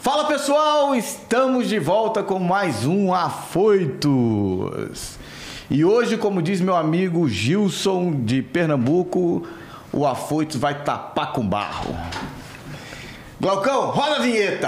Fala pessoal, estamos de volta com mais um Afoitos. E hoje, como diz meu amigo Gilson de Pernambuco, o Afoitos vai tapar com barro. Glaucão, roda a vinheta!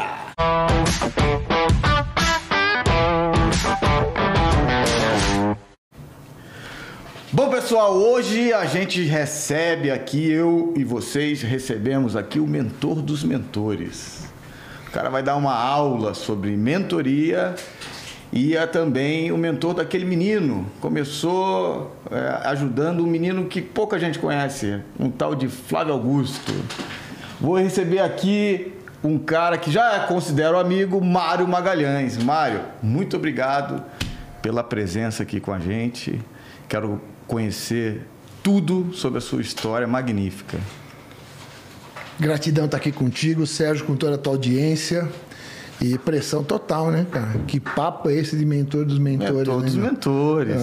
Bom pessoal, hoje a gente recebe aqui, eu e vocês recebemos aqui o mentor dos mentores. O cara vai dar uma aula sobre mentoria e é também o mentor daquele menino. Começou ajudando um menino que pouca gente conhece, um tal de Flávio Augusto. Vou receber aqui um cara que já considero amigo, Mário Magalhães. Mário, muito obrigado pela presença aqui com a gente. Quero conhecer tudo sobre a sua história magnífica. Gratidão estar aqui contigo, Sérgio, com toda a tua audiência. E pressão total, né, cara? Que papo é esse de mentor dos mentores? Mentor dos mentores.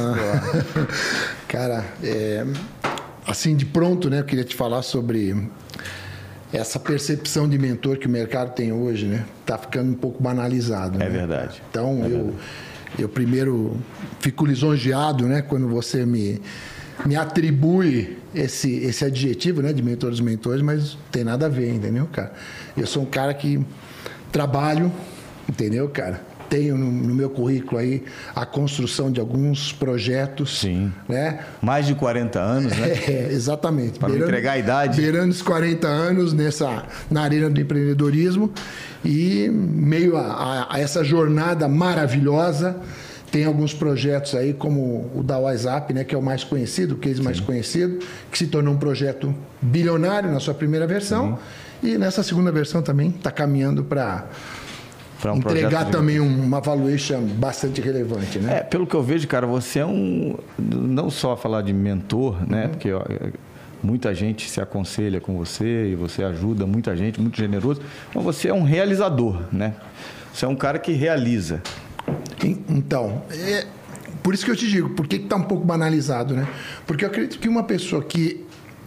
Cara, assim de pronto, né? Eu queria te falar sobre essa percepção de mentor que o mercado tem hoje, né? Tá ficando um pouco banalizado. É né? verdade. Então, eu primeiro fico lisonjeado, né? Quando você me atribui esse adjetivo, né, de mentor dos mentores, mas não tem nada a ver, entendeu, cara? Eu sou um cara que trabalho, entendeu, cara? Tenho no meu currículo aí a construção de alguns projetos. Sim. Né? Mais de 40 anos, né? Exatamente. Para não entregar a idade. Beirando os 40 anos na arena do empreendedorismo e meio a essa jornada maravilhosa. Tem alguns projetos aí, como o da WhatsApp, né, que é o mais conhecido, o case mais conhecido, que se tornou um projeto bilionário na sua primeira versão. E nessa segunda versão também está caminhando para entregar também uma valuation bastante relevante. Né? Pelo que eu vejo, cara, você é não só falar de mentor, né? Porque muita gente se aconselha com você e você ajuda muita gente, muito generoso, mas você é um realizador, né? Você é um cara que realiza. Então, por isso que eu te digo, por que está um pouco banalizado, né? Porque eu acredito que uma pessoa que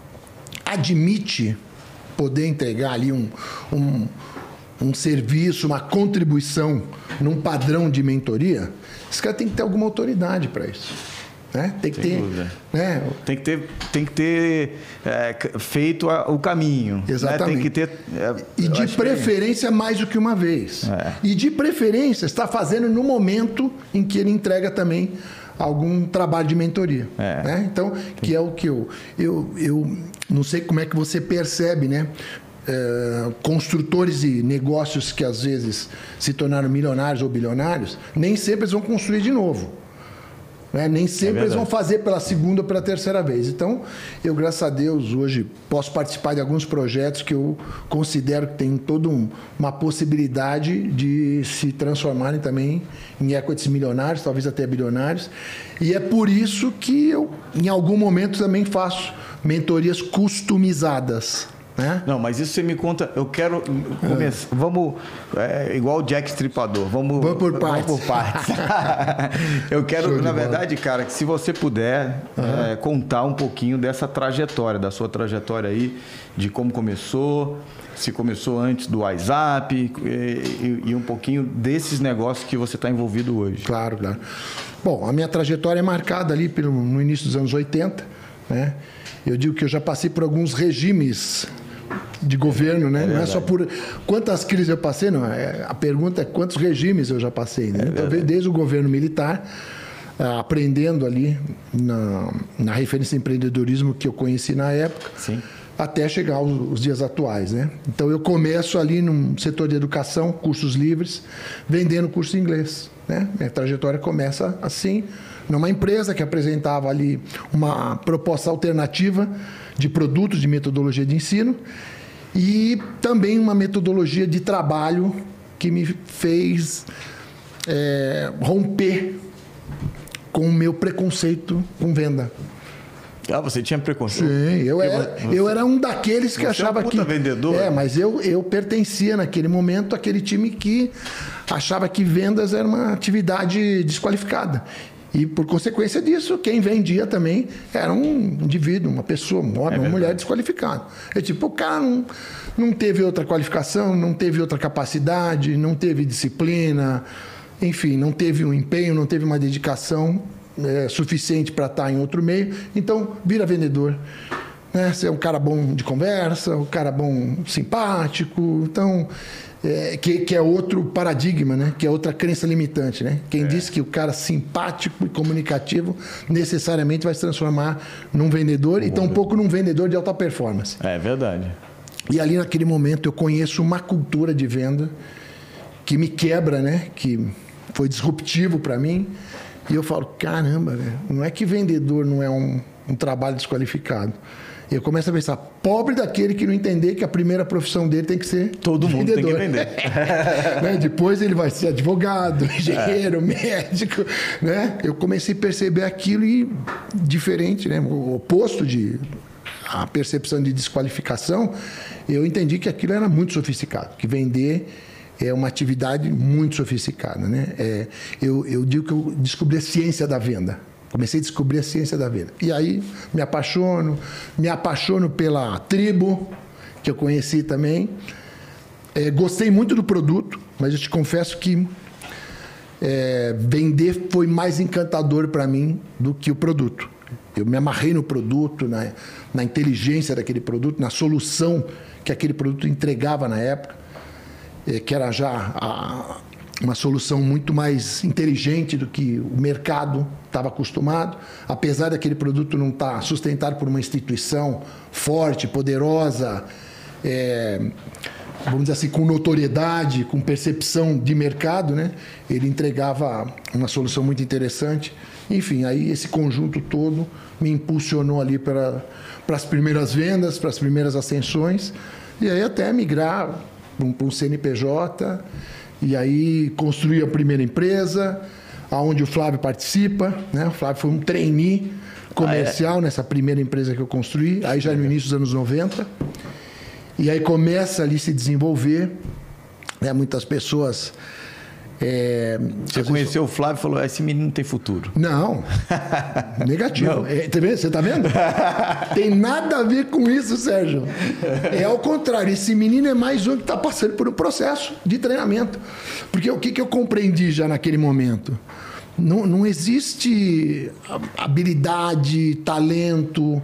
admite poder entregar ali um serviço, uma contribuição num padrão de mentoria, esse cara tem que ter alguma autoridade para isso. Né? Tem que ter, né? Tem que ter feito o caminho. Exatamente. Né? Tem que ter, e de preferência mais do que uma vez. E de preferência está fazendo no momento em que ele entrega também algum trabalho de mentoria. Né? Então, que é o que eu não sei como é que você percebe, né? Construtores de negócios que às vezes se tornaram milionários ou bilionários, nem sempre eles vão construir de novo. Nem sempre eles vão fazer pela segunda ou pela terceira vez. Então, eu, graças a Deus, hoje posso participar de alguns projetos que eu considero que tem toda uma possibilidade de se transformarem também em equities milionários, talvez até bilionários. E é por isso que eu, em algum momento, também faço mentorias customizadas. Né? Não, mas isso você me conta. Eu quero começar. Vamos, igual o Jack Stripador. Vamos por partes. Eu quero, na verdade, cara, que se você puder contar um pouquinho dessa trajetória, da sua trajetória aí, de como começou, se começou antes do WhatsApp e um pouquinho desses negócios que você está envolvido hoje. Claro, claro. Bom, a minha trajetória é marcada ali no início dos anos 80, né? Eu digo que eu já passei por alguns regimes de governo, né? Não é só por quantas crises eu passei, não. A pergunta é quantos regimes eu já passei, né? Então, desde o governo militar, aprendendo ali na referência de empreendedorismo que eu conheci na época, até chegar aos dias atuais, né? Então, eu começo ali no setor de educação, cursos livres, vendendo curso de inglês, né? Minha trajetória começa assim, numa empresa que apresentava ali uma proposta alternativa de produtos de metodologia de ensino e também uma metodologia de trabalho que me fez romper com o meu preconceito com venda. Você tinha preconceito? Sim, eu era um daqueles que achava que... vendedor? Mas eu pertencia naquele momento àquele time que achava que vendas era uma atividade desqualificada. E, por consequência disso, quem vendia também era um indivíduo, uma pessoa, um homem, uma mulher desqualificada. É tipo, o cara não teve outra qualificação, não teve outra capacidade, não teve disciplina, enfim, não teve um empenho, não teve uma dedicação suficiente para estar em outro meio, então vira vendedor. Né? Você é um cara bom de conversa, um cara bom, simpático, então... que é outro paradigma, né? Que é outra crença limitante, né? Quem diz que o cara simpático e comunicativo necessariamente vai se transformar num vendedor e tampouco num vendedor de alta performance. É verdade. E ali naquele momento eu conheço uma cultura de venda que me quebra, né? Que foi disruptivo para mim. E eu falo, caramba, velho, não é que vendedor não é um trabalho desqualificado. Eu começo a pensar, pobre daquele que não entender que a primeira profissão dele tem que ser todo mundo vendedor. tem que vender. Né? Depois ele vai ser advogado, engenheiro, médico. Né? Eu comecei a perceber aquilo e diferente, né? O oposto a percepção de desqualificação, eu entendi que aquilo era muito sofisticado, que vender é uma atividade muito sofisticada. Né? Eu digo que eu descobri a ciência da venda. Comecei a descobrir a ciência da venda. E aí me apaixono pela tribo, que eu conheci também. Gostei muito do produto, mas eu te confesso que vender foi mais encantador para mim do que o produto. Eu me amarrei no produto, na inteligência daquele produto, na solução que aquele produto entregava na época, que era já uma solução muito mais inteligente do que o mercado estava acostumado, apesar daquele produto não estar sustentado por uma instituição forte, poderosa, vamos dizer assim, com notoriedade, com percepção de mercado, né? Ele entregava uma solução muito interessante. Enfim, aí esse conjunto todo me impulsionou ali para as primeiras vendas, para as primeiras ascensões, e aí até migrar para um CNPJ. E aí construí a primeira empresa, onde o Flávio participa, né? O Flávio foi um trainee comercial nessa primeira empresa que eu construí, aí já no início dos anos 90. E aí começa ali a se desenvolver, né? Muitas pessoas... Você conheceu o Flávio e falou, esse menino tem futuro. Não, negativo. Não. Você está vendo? Tem nada a ver com isso, Sérgio. É ao contrário, esse menino é mais um que está passando por um processo de treinamento. Porque o que eu compreendi já naquele momento? Não existe habilidade, talento.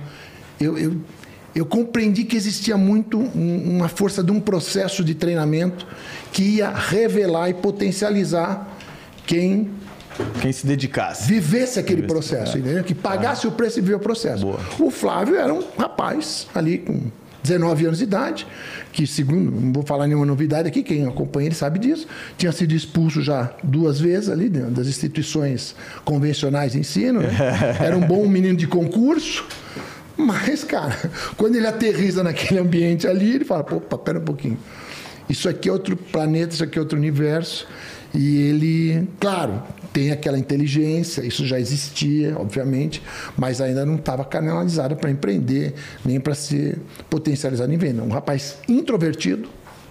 Eu compreendi que existia muito uma força de um processo de treinamento que ia revelar e potencializar quem se dedicasse. Vivesse aquele processo, entendeu? Que pagasse o preço e vivesse o processo. Boa. O Flávio era um rapaz ali com 19 anos de idade, que segundo, não vou falar nenhuma novidade aqui, quem acompanha ele sabe disso, tinha sido expulso já 2 vezes ali das instituições convencionais de ensino, né? Era um bom menino de concurso. Mas, cara, quando ele aterriza naquele ambiente ali, ele fala, opa, pera um pouquinho. Isso aqui é outro planeta, isso aqui é outro universo. E ele, claro, tem aquela inteligência, isso já existia, obviamente, mas ainda não estava canalizado para empreender, nem para ser potencializado em venda. Um rapaz introvertido.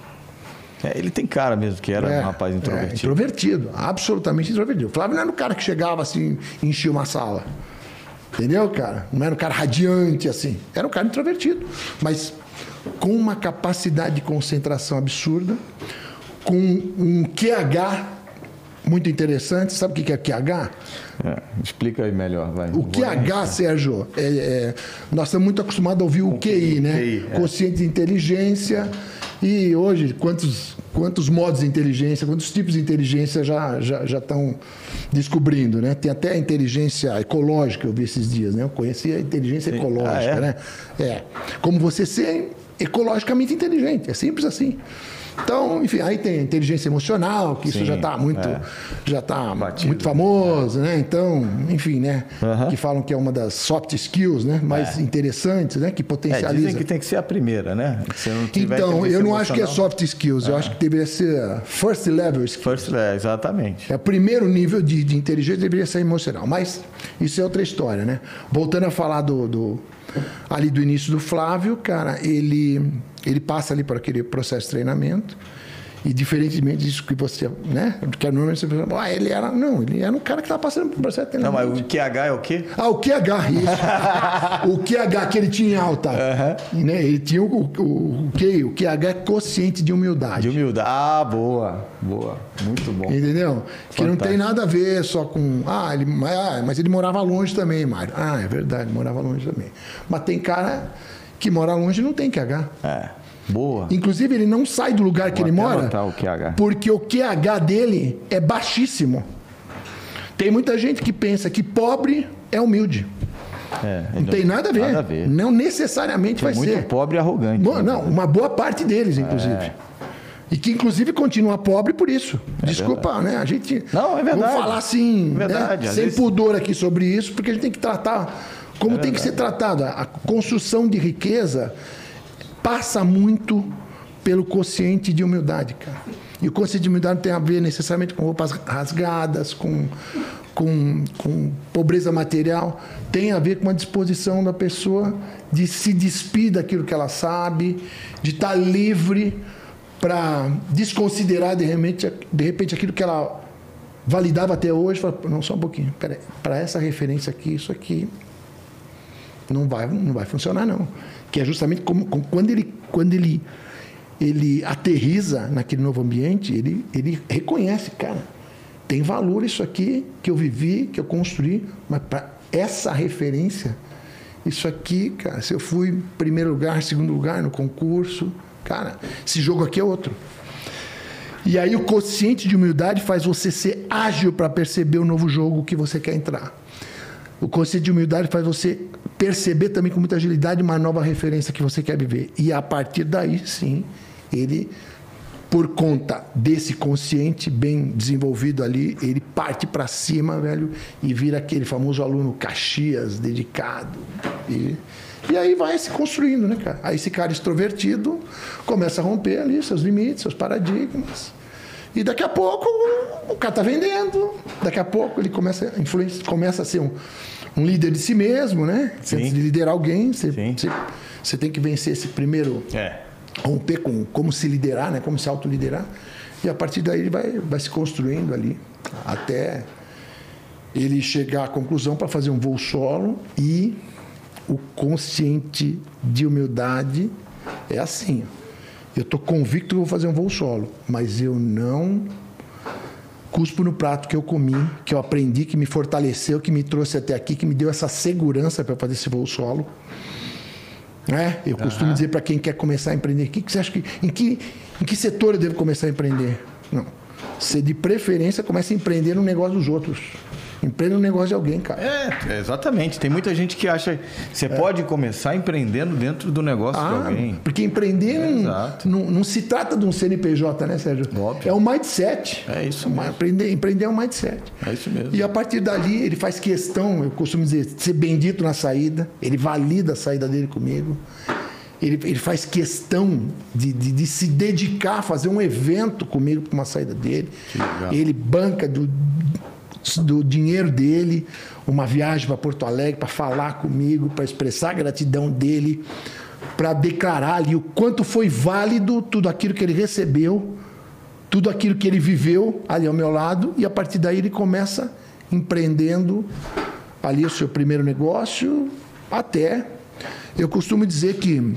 Ele tem cara mesmo, que era um rapaz introvertido. Introvertido, absolutamente introvertido. O Flávio não era o cara que chegava assim e enchia uma sala. Entendeu, cara? Não era um cara radiante assim. Era um cara introvertido, mas com uma capacidade de concentração absurda, com um QH muito interessante. Sabe o que é QH? Explica aí melhor, vai. O QH, Sérgio, nós estamos muito acostumados a ouvir o QI, né? QI, Quociente de inteligência. E hoje, quantos modos de inteligência, quantos tipos de inteligência já estão descobrindo, né? Tem até a inteligência ecológica, eu vi esses dias, né? Eu conheci a inteligência ecológica, né? Como você ser ecologicamente inteligente, é simples assim. Então, enfim, aí tem a inteligência emocional, que isso já está muito famoso, né? Então, enfim, né? Que falam que é uma das soft skills, né? Mais interessantes, né? Que potencializa. Dizem que tem que ser a primeira, né? Se não tiver então, eu não acho que é soft skills, eu acho que deveria ser first level skills. First level, exatamente. O primeiro nível de inteligência deveria ser emocional, mas isso é outra história, né? Voltando a falar ali do início do Flávio, cara, ele passa ali por aquele processo de treinamento E diferentemente disso que você, né? Que normalmente você pensa, ele era um cara que estava passando por um processo de treinamento. Não, mas o QH é o quê? O QH, isso. O QH que ele tinha em alta. Né? Ele tinha o QH é quociente de humildade. De humildade. Boa. Muito bom. Entendeu? Fantástico. Que não tem nada a ver só com... mas ele morava longe também, Mário. É verdade, morava longe também. Mas tem cara que mora longe e não tem QH. Boa. Inclusive, ele não sai do lugar que ele mora o QH. porque o QH dele é baixíssimo. Tem muita gente que pensa que pobre é humilde. Não tem nada a ver. Não necessariamente vai ser. Muito pobre e arrogante. Não, uma boa parte deles, inclusive. E que, inclusive, continua pobre por isso. Desculpa, verdade. né? A gente... Não, é verdade. Vamos falar assim, verdade. Né? Sem pudor aqui sobre isso, porque a gente tem que tratar como tem que ser tratado. A construção de riqueza passa muito pelo quociente de humildade, cara. E o quociente de humildade não tem a ver necessariamente com roupas rasgadas, com pobreza material. Tem a ver com a disposição da pessoa de se despir daquilo que ela sabe, de estar livre para desconsiderar, de repente, aquilo que ela validava até hoje. Fala, não, só um pouquinho. Para essa referência aqui, isso aqui não vai funcionar, não. Que é justamente quando ele aterriza naquele novo ambiente, ele reconhece, cara, tem valor isso aqui que eu vivi, que eu construí, mas para essa referência, isso aqui, cara, se eu fui primeiro lugar, segundo lugar no concurso, cara, esse jogo aqui é outro. E aí o quociente de humildade faz você ser ágil para perceber o novo jogo que você quer entrar. O quociente de humildade faz você perceber também com muita agilidade uma nova referência que você quer viver. E a partir daí, sim, ele, por conta desse consciente bem desenvolvido ali, ele parte para cima, velho, e vira aquele famoso aluno Caxias, dedicado. E aí vai se construindo, né, cara? Aí esse cara extrovertido começa a romper ali seus limites, seus paradigmas. E daqui a pouco o cara tá vendendo, daqui a pouco ele começa a ser um líder de si mesmo, né? Antes de liderar alguém, você tem que vencer esse primeiro... romper com como se liderar, né? Como se autoliderar. E a partir daí ele vai se construindo ali até ele chegar à conclusão para fazer um voo solo. E o consciente de humildade é assim. Eu estou convicto que vou fazer um voo solo, mas eu não cuspo no prato que eu comi, que eu aprendi, que me fortaleceu, que me trouxe até aqui, que me deu essa segurança para fazer esse voo solo. Eu costumo dizer para quem quer começar a empreender, que você acha em que setor eu devo começar a empreender? Não. Você, de preferência, começa a empreender no negócio dos outros. Empreenda no negócio de alguém, cara. Exatamente. Tem muita gente que acha que você pode começar empreendendo dentro do negócio de alguém. Porque empreender não se trata de um CNPJ, né, Sérgio? Óbvio. É um mindset. É isso mesmo. Empreender é um mindset. É isso mesmo. E a partir dali, ele faz questão, eu costumo dizer, de ser bendito na saída. Ele valida a saída dele comigo. Ele faz questão de se dedicar a fazer um evento comigo para uma saída dele. Ele banca do dinheiro dele uma viagem para Porto Alegre para falar comigo, para expressar a gratidão dele, para declarar ali o quanto foi válido tudo aquilo que ele recebeu, tudo aquilo que ele viveu ali ao meu lado. E a partir daí ele começa empreendendo ali o seu primeiro negócio até... Eu costumo dizer que,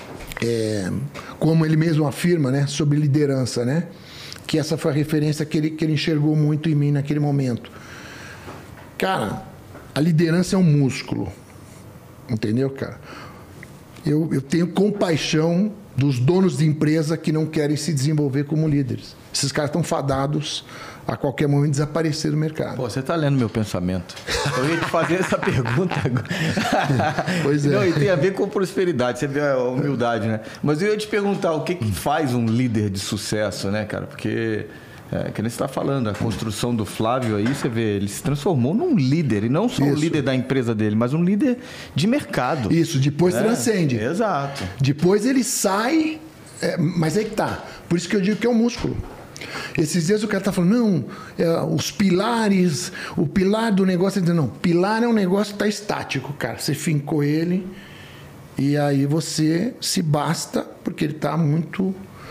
como ele mesmo afirma, né, sobre liderança, né, que essa foi a referência que ele enxergou muito em mim naquele momento. Cara, a liderança é um músculo, entendeu, cara? Eu tenho compaixão dos donos de empresa que não querem se desenvolver como líderes. Esses caras estão fadados a qualquer momento desaparecer do mercado. Pô, você está lendo meu pensamento. Eu ia te fazer essa pergunta agora. Pois é. Não, e tem a ver com prosperidade, você vê a humildade, né? Mas eu ia te perguntar o que faz um líder de sucesso, né, cara? Porque, que nem você está falando, a construção do Flávio aí, você vê, ele se transformou num líder, e não só um líder da empresa dele, mas um líder de mercado. Isso, depois transcende. Exato. Depois ele sai, mas aí que tá. Por isso que eu digo que é um músculo. Esses dias o cara está falando, não, os pilares, o pilar do negócio, não, pilar é um negócio que está estático, cara. Você fincou ele e aí você se basta, porque ele está muito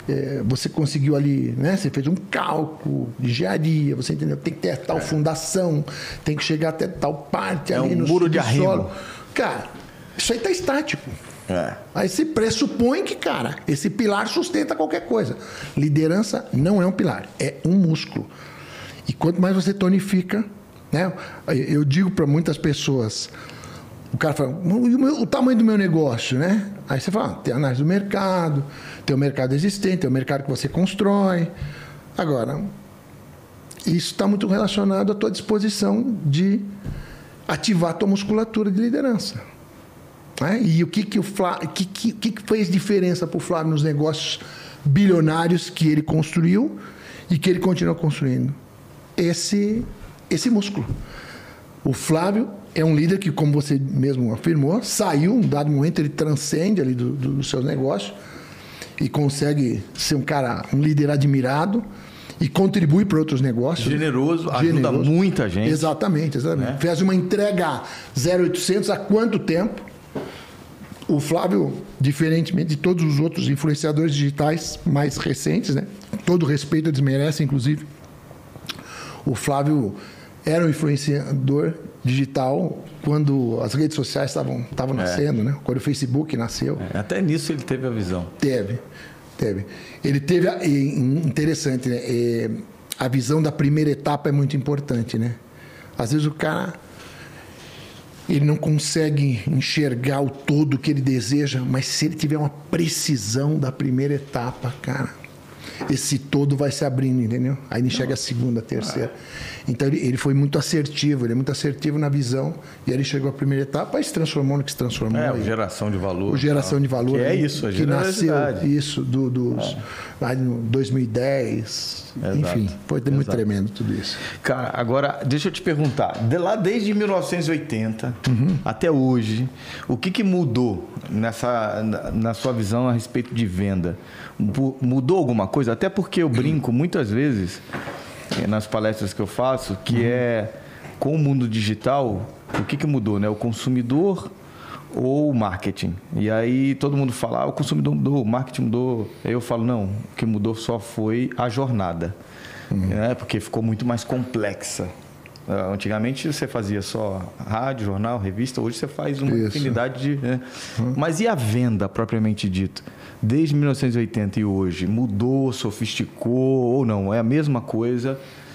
você conseguiu ali, né? Você fez um cálculo de engenharia, você entendeu? Tem que ter tal fundação, tem que chegar até tal parte ali um no muro de arrimo. solo. Cara, isso aí tá estático. Aí se pressupõe que, cara, esse pilar sustenta qualquer coisa. Liderança não é um pilar, é um músculo. E quanto mais você tonifica, né? Eu digo para muitas pessoas, o cara fala, o tamanho do meu negócio, né? Aí você fala, tem análise do mercado, tem o mercado existente, tem o mercado que você constrói. Agora, isso está muito relacionado à tua disposição de ativar a tua musculatura de liderança. E o que fez diferença para o Flávio nos negócios bilionários que ele construiu e que ele continua construindo? Esse músculo. O Flávio é um líder que, como você mesmo afirmou, saiu, em um dado momento, ele transcende ali do seu negócio e consegue ser um líder admirado e contribui para outros negócios. Generoso, ajuda muita gente. Exatamente. Fez uma entrega 0800 há quanto tempo? O Flávio, diferentemente de todos os outros influenciadores digitais mais recentes, né? Todo respeito eles merecem, inclusive. O Flávio era um influenciador digital quando as redes sociais estavam nascendo, né? Quando o Facebook nasceu. Até nisso ele teve a visão. Teve. Ele teve... Interessante, né? A visão da primeira etapa é muito importante, né? Às vezes o cara... Ele não consegue enxergar o todo que ele deseja, mas se ele tiver uma precisão da primeira etapa, cara, esse todo vai se abrindo, entendeu? Aí ele enxerga a segunda, a terceira. Então ele foi muito assertivo, ele é muito assertivo na visão, e aí ele chegou à primeira etapa, aí se transformou no que se transformou. Geração de valor. Geração de valor. Que é isso, a que nasceu isso lá em 2010. Exato. Enfim, foi muito tremendo tudo isso. Cara, agora, deixa eu te perguntar, desde 1980 até hoje, o que mudou na sua visão a respeito de venda? Mudou alguma coisa? Até porque eu brinco muitas vezes nas palestras que eu faço, que com o mundo digital, o que mudou, né? O consumidor ou o marketing? E aí todo mundo fala, o consumidor mudou, o marketing mudou. Aí eu falo, não, o que mudou só foi a jornada, né? Porque ficou muito mais complexa. Antigamente você fazia só rádio, jornal, revista, hoje você faz uma infinidade de... Né? Mas e a venda, propriamente dito? Desde 1980 e hoje, mudou, sofisticou ou não? É a mesma coisa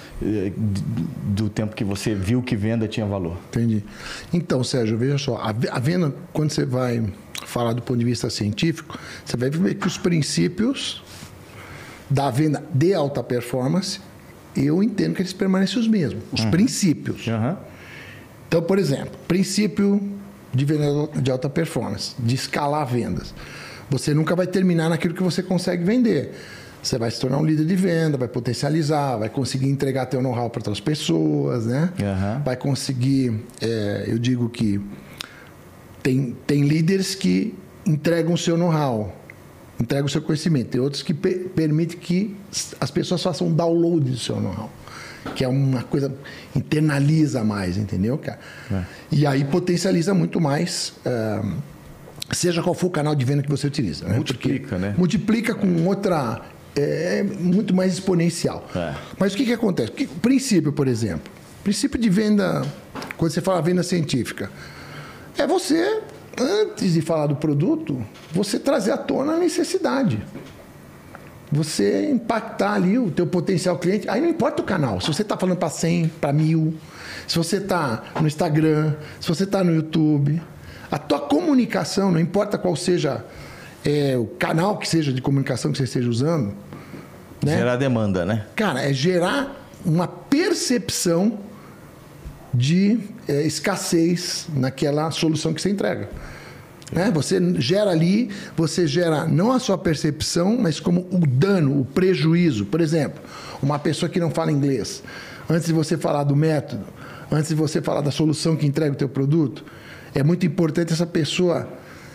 do tempo que você viu que venda tinha valor? Entendi. Então, Sérgio, veja só, a venda, quando você vai falar do ponto de vista científico, você vai ver que os princípios da venda de alta performance, eu entendo que eles permanecem os mesmos, os princípios. Então, por exemplo, princípio de venda de alta performance, de escalar vendas. Você nunca vai terminar naquilo que você consegue vender. Você vai se tornar um líder de venda, vai potencializar, vai conseguir entregar teu know-how para outras pessoas, né? Vai conseguir, eu digo que tem líderes que entregam o seu know-how, entregam o seu conhecimento. Tem outros que permitem que as pessoas façam um download do seu know-how, que é uma coisa, internaliza mais, entendeu, cara? E aí muito mais... seja qual for o canal de venda que você utiliza. Multiplica, né? Multiplica com outra... muito mais exponencial. Mas o que acontece? O princípio, por exemplo. Princípio de venda, quando você fala venda científica, é você, antes de falar do produto, você trazer à tona a necessidade. Você impactar ali o teu potencial cliente. Aí não importa o canal. Se você está falando para 100, para 1000, se você está no Instagram, se você está no YouTube... A tua comunicação, não importa qual seja o canal que seja de comunicação que você esteja usando... Né? Gerar demanda, né? Cara, é gerar uma percepção de escassez naquela solução que você entrega. Né? Você gera não a sua percepção, mas como o dano, o prejuízo. Por exemplo, uma pessoa que não fala inglês, antes de você falar do método, antes de você falar da solução que entrega o teu produto... É muito importante essa pessoa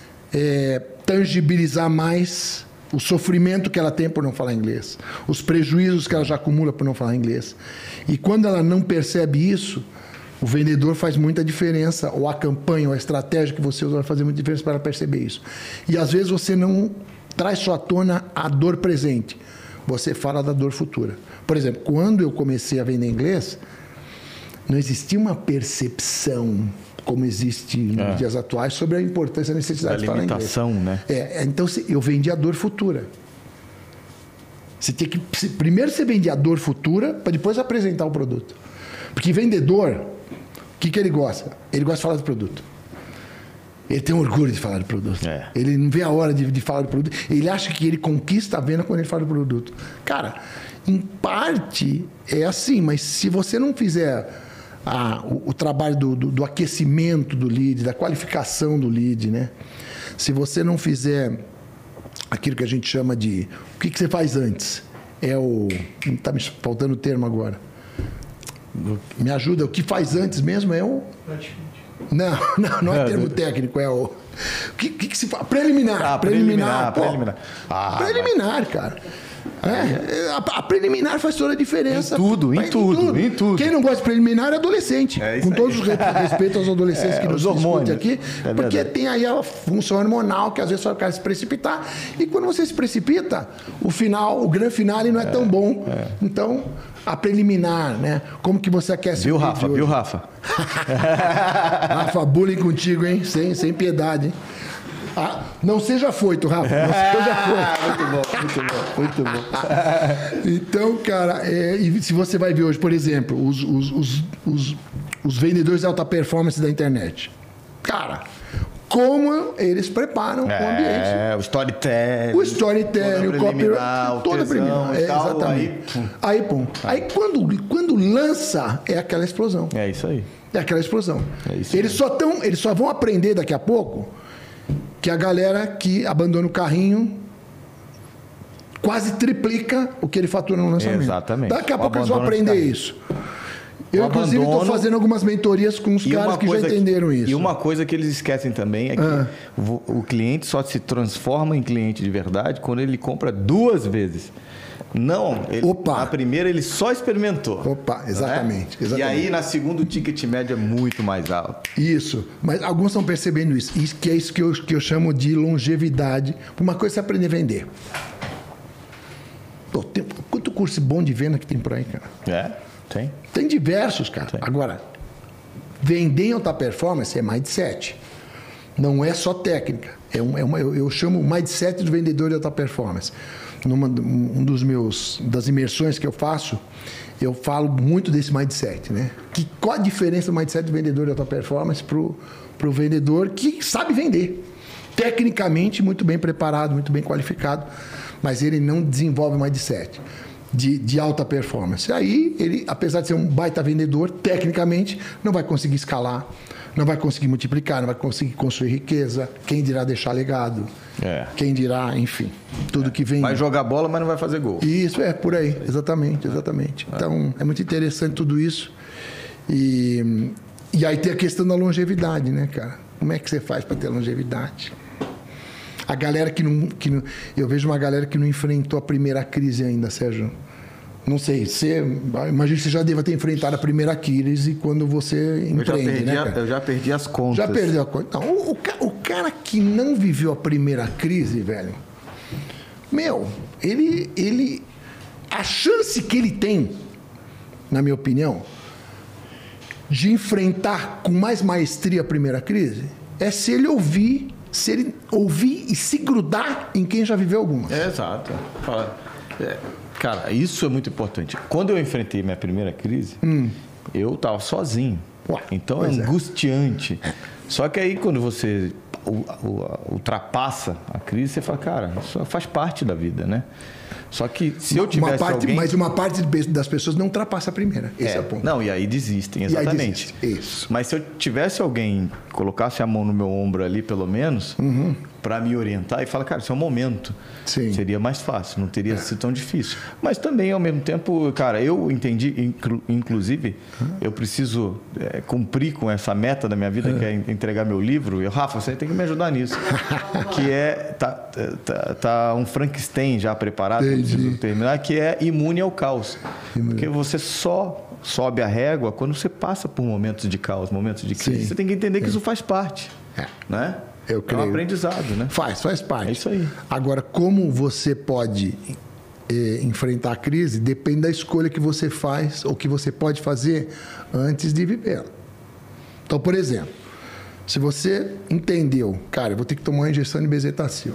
tangibilizar mais o sofrimento que ela tem por não falar inglês, os prejuízos que ela já acumula por não falar inglês. E quando ela não percebe isso, o vendedor faz muita diferença, ou a campanha, ou a estratégia que você usa vai fazer muita diferença para ela perceber isso. E às vezes você não traz só à tona a dor presente. Você fala da dor futura. Por exemplo, quando eu comecei a vender inglês, não existia uma percepção como existe nos dias atuais sobre a importância e a necessidade de falar inglês. Limitação, né? Então eu vendia a dor futura. Você tem que primeiro você vendia a dor futura para depois apresentar o produto. Porque vendedor, o que ele gosta? Ele gosta de falar do produto. Ele tem orgulho de falar do produto. Ele não vê a hora de falar do produto. Ele acha que ele conquista a venda quando ele fala do produto. Cara, em parte é assim, mas se você não fizer o trabalho do aquecimento do lead, da qualificação do lead, né? Se você não fizer aquilo que a gente chama de... O que você faz antes? Está me faltando o termo agora. Me ajuda. O que faz antes mesmo é o... Não é termo técnico, é o... O que se faz? Preliminar. Preliminar, cara. A preliminar faz toda a diferença. Em tudo. Quem não gosta de preliminar é adolescente. Com todos os respeitos aos adolescentes que nos escutam aqui. Porque tem aí a função hormonal que às vezes faz o cara se precipitar. E quando você se precipita, o grande finale não é tão bom. Então, a preliminar, né? Como que você aquece Viu, Rafa? Rafa, bullying contigo, hein? Sem piedade, hein? Não seja foito, Rafa. Não seja foito. Muito bom. Então, cara, e se você vai ver hoje, por exemplo, os vendedores de alta performance da internet. Cara, como eles preparam o ambiente. O storytelling. O copyright, toda a preliminar. Exatamente. Aí, pum. Aí, quando lança, é aquela explosão. É isso aí. É aquela explosão. Eles só vão aprender daqui a pouco que a galera que abandona o carrinho quase triplica o que ele fatura no lançamento. Exatamente. Daqui a pouco eles vão aprender isso. Eu, inclusive, estou fazendo algumas mentorias com os caras que já entenderam isso. E uma coisa que eles esquecem também é que o cliente só se transforma em cliente de verdade quando ele compra 2 vezes. Não, a primeira ele só experimentou. Exatamente. E aí na segunda o ticket médio é muito mais alto. Isso, mas alguns estão percebendo isso. Que é isso que eu chamo de longevidade. Uma coisa é você aprender a vender. Quanto curso bom de venda que tem por aí, cara? Tem. Tem diversos, cara. Tem. Agora, vender em alta performance é mindset. Não é só técnica. Eu chamo mindset do vendedor de alta performance. Das imersões que eu faço, eu falo muito desse mindset, né? Qual a diferença do mindset do vendedor de alta performance para o vendedor que sabe vender? Tecnicamente, muito bem preparado, muito bem qualificado, mas ele não desenvolve mindset de alta performance. Aí, ele, apesar de ser um baita vendedor, tecnicamente, não vai conseguir escalar, não vai conseguir multiplicar, não vai conseguir construir riqueza, quem dirá deixar legado, quem dirá, enfim, tudo que vem... Vai jogar bola, mas não vai fazer gol. Isso, por aí, exatamente. Então, é muito interessante tudo isso. E aí tem a questão da longevidade, né, cara? Como é que você faz para ter longevidade? A galera que não... Eu vejo uma galera que não enfrentou a primeira crise ainda, Sérgio. Não sei, imagino que você já deva ter enfrentado a primeira crise quando você empreende, né, cara? Eu já perdi as contas. Já perdeu a conta. Não, o cara que não viveu a primeira crise, velho, ele... A chance que ele tem, na minha opinião, de enfrentar com mais maestria a primeira crise, é se ele ouvir e se grudar em quem já viveu alguma. Exato. Cara, isso é muito importante. Quando eu enfrentei minha primeira crise, eu estava sozinho. Então é angustiante. Só que aí quando você ultrapassa a crise, você fala, cara, isso faz parte da vida, né? Só que se eu tivesse alguém... Mas uma parte das pessoas não ultrapassa a primeira. Esse é o ponto. Não, e aí desistem, exatamente. Isso. Mas se eu tivesse alguém que colocasse a mão no meu ombro ali, pelo menos, para me orientar e falar, cara, isso é um momento. Sim. Seria mais fácil, não teria sido tão difícil. Mas também, ao mesmo tempo, cara, eu entendi, inclusive, eu preciso cumprir com essa meta da minha vida, que é entregar meu livro. E, Rafa, você tem que me ajudar nisso. Que tá um Frankenstein já preparado, eu preciso terminar, que é imune ao caos. Porque você só sobe a régua quando você passa por momentos de caos, momentos de crise. Você tem que entender que isso faz parte, né? eu creio. É um aprendizado, né? Faz parte. É isso aí. Agora, como você pode enfrentar a crise, depende da escolha que você faz ou que você pode fazer antes de vivê-la. Então, por exemplo, se você entendeu, cara, eu vou ter que tomar uma injeção de bezetacil.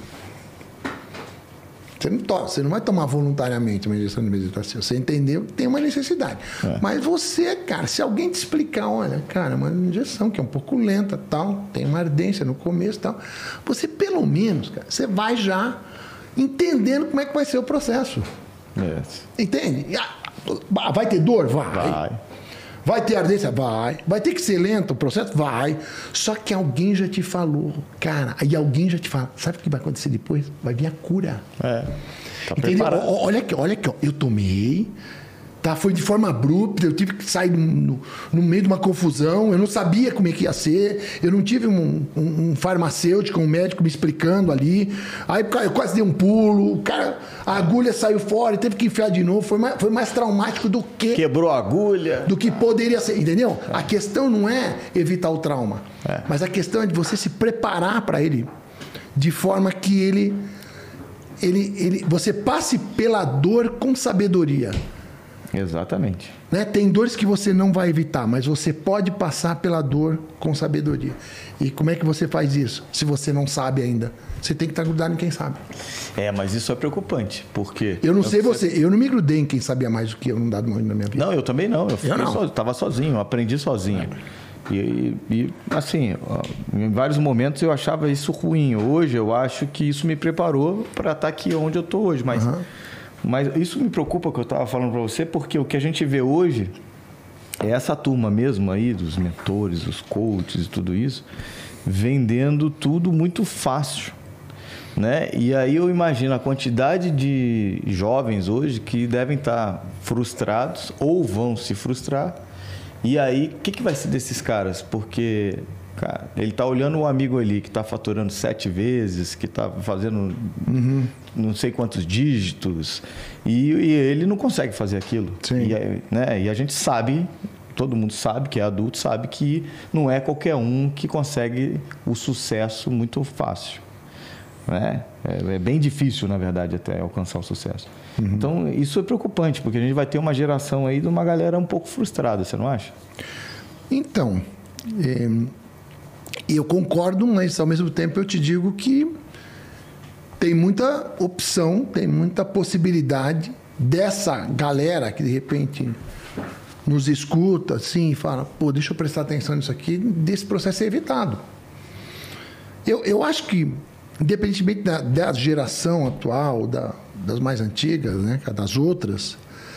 Você não vai tomar voluntariamente uma injeção de bezetacil. Você entendeu que tem uma necessidade. Mas você, cara, se alguém te explicar, olha, cara, uma injeção que é um pouco lenta, tal, tem uma ardência no começo, tal, você pelo menos, cara, você vai já entendendo como é que vai ser o processo. Entende? Vai ter dor? Vai ter ardência? Vai. Vai ter que ser lento o processo? Vai. Só que alguém já te falou, cara, aí alguém já te fala, sabe o que vai acontecer depois? Vai vir a cura. Tá entendeu? Olha aqui, ó. Eu tomei, tá? Foi de forma abrupta, eu tive que sair no meio de uma confusão, eu não sabia como é que ia ser, eu não tive um farmacêutico, um médico me explicando ali, aí eu quase dei um pulo, o cara, a agulha saiu fora e teve que enfiar de novo, foi mais traumático do que... Quebrou a agulha. Do que poderia ser, entendeu? A questão não é evitar o trauma, mas a questão é de você se preparar para ele, de forma que você passe pela dor com sabedoria. Exatamente. Né? Tem dores que você não vai evitar, mas você pode passar pela dor com sabedoria. E como é que você faz isso? Se você não sabe ainda, você tem que estar grudado em quem sabe. Mas isso é preocupante, porque... Eu não sei eu não me grudei em quem sabia mais do que eu num dado momento da minha vida. Não, eu também não. Eu estava sozinho, eu aprendi sozinho. E assim, em vários momentos eu achava isso ruim. Hoje eu acho que isso me preparou para estar aqui onde eu estou hoje. Mas isso me preocupa, que eu estava falando para você, porque o que a gente vê hoje é essa turma mesmo aí, dos mentores, os coaches e tudo isso, vendendo tudo muito fácil, né? E aí eu imagino a quantidade de jovens hoje que devem estar frustrados ou vão se frustrar. E aí, o que vai ser desses caras? Porque... Cara, ele está olhando um amigo ali que está faturando 7 vezes, que está fazendo não sei quantos dígitos, e ele não consegue fazer aquilo. E a gente sabe, todo mundo sabe que é adulto, sabe que não é qualquer um que consegue o sucesso muito fácil. Né? É bem difícil, na verdade, até alcançar o sucesso. Então, isso é preocupante, porque a gente vai ter uma geração aí de uma galera um pouco frustrada, você não acha? Então... eu concordo, mas ao mesmo tempo eu te digo que tem muita opção, tem muita possibilidade dessa galera que de repente nos escuta assim e fala, pô, deixa eu prestar atenção nisso aqui, desse processo ser evitado. Eu acho que, independentemente da geração atual, das mais antigas, né, das outras,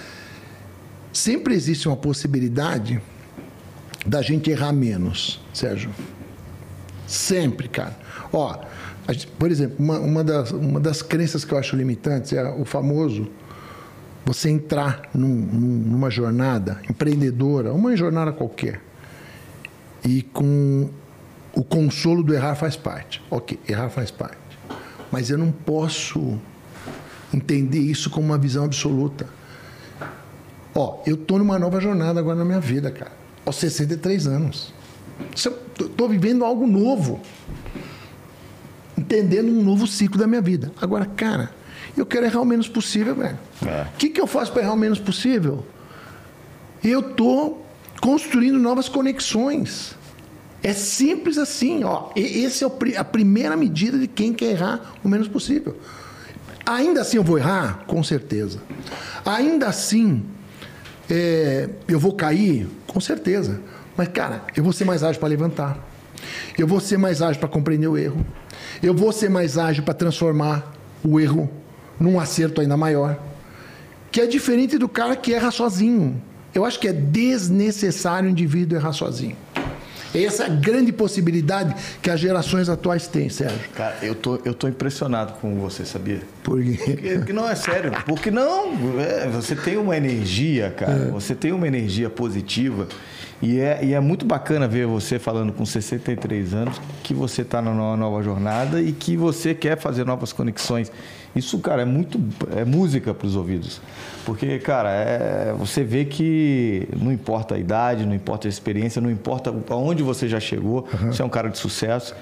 sempre existe uma possibilidade da gente errar menos, Sérgio. Sempre, cara. Ó, por exemplo, uma das crenças que eu acho limitantes é o famoso você entrar numa jornada empreendedora, uma jornada qualquer, e com o consolo do errar faz parte. Ok, errar faz parte. Mas eu não posso entender isso como uma visão absoluta. Ó, eu tô numa nova jornada agora na minha vida, cara. Aos 63 anos. Estou vivendo algo novo. Entendendo um novo ciclo da minha vida. Agora, cara, eu quero errar o menos possível, velho. O que eu faço para errar o menos possível? Eu estou construindo novas conexões. É simples assim, ó. Essa é a primeira medida de quem quer errar o menos possível. Ainda assim eu vou errar? Com certeza. Ainda assim eu vou cair? Com certeza. Mas, cara, eu vou ser mais ágil para levantar. Eu vou ser mais ágil para compreender o erro. Eu vou ser mais ágil para transformar o erro num acerto ainda maior. Que é diferente do cara que erra sozinho. Eu acho que é desnecessário o indivíduo errar sozinho. Essa é a grande possibilidade que as gerações atuais têm, Sérgio. Cara, eu tô impressionado com você, sabia? Por quê? Porque não, é sério. Porque não, você tem uma energia, cara. Você tem uma energia positiva. E é muito bacana ver você falando com 63 anos que você está numa nova jornada e que você quer fazer novas conexões. Isso, cara, é música para os ouvidos. Porque, cara, você vê que não importa a idade, não importa a experiência, não importa aonde você já chegou, você é um cara de sucesso.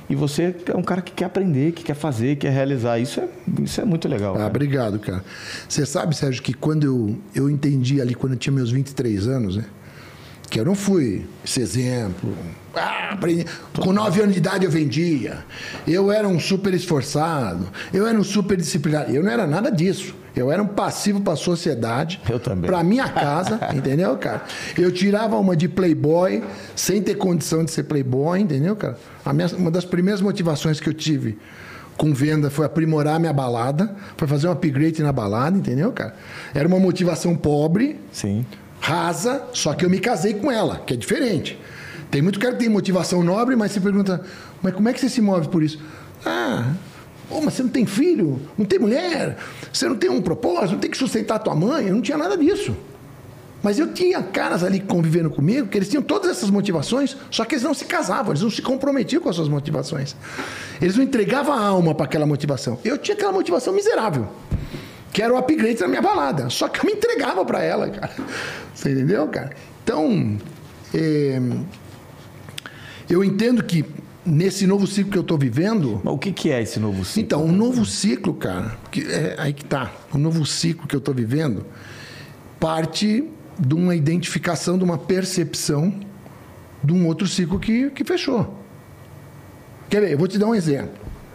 E você é um cara que quer aprender, que quer fazer, que quer realizar. Isso é muito legal. Ah, obrigado, cara. Você sabe, Sérgio, que quando eu entendi ali, quando eu tinha meus 23 anos, né? Que eu não fui esse exemplo. Com 9 anos de idade eu vendia. Eu era um super esforçado. Eu era um super disciplinado. Eu não era nada disso. Eu era um passivo para a sociedade. Eu também. Para minha casa, entendeu, cara? Eu tirava uma de playboy sem ter condição de ser playboy, entendeu, cara? Uma das primeiras motivações que eu tive com venda foi aprimorar a minha balada, foi fazer um upgrade na balada, entendeu, cara? Era uma motivação pobre. Sim. Rasa, só que eu me casei com ela, que é diferente. Tem muito cara que tem motivação nobre, mas se pergunta, mas como é que você se move por isso? Mas você não tem filho, não tem mulher, você não tem um propósito, não tem que sustentar tua mãe, eu não tinha nada disso. Mas eu tinha caras ali convivendo comigo, que eles tinham todas essas motivações, só que eles não se casavam, eles não se comprometiam com as suas motivações. Eles não entregavam a alma para aquela motivação. Eu tinha aquela motivação miserável, que era o upgrade da minha balada. Só que eu me entregava para ela, cara. Você entendeu, cara? Então, eu entendo que nesse novo ciclo que eu estou vivendo... Mas o que é esse novo ciclo? Então, o novo ciclo, cara, aí que tá. O novo ciclo que eu estou vivendo parte de uma identificação, de uma percepção de um outro ciclo que fechou. Quer ver? Eu vou te dar um exemplo.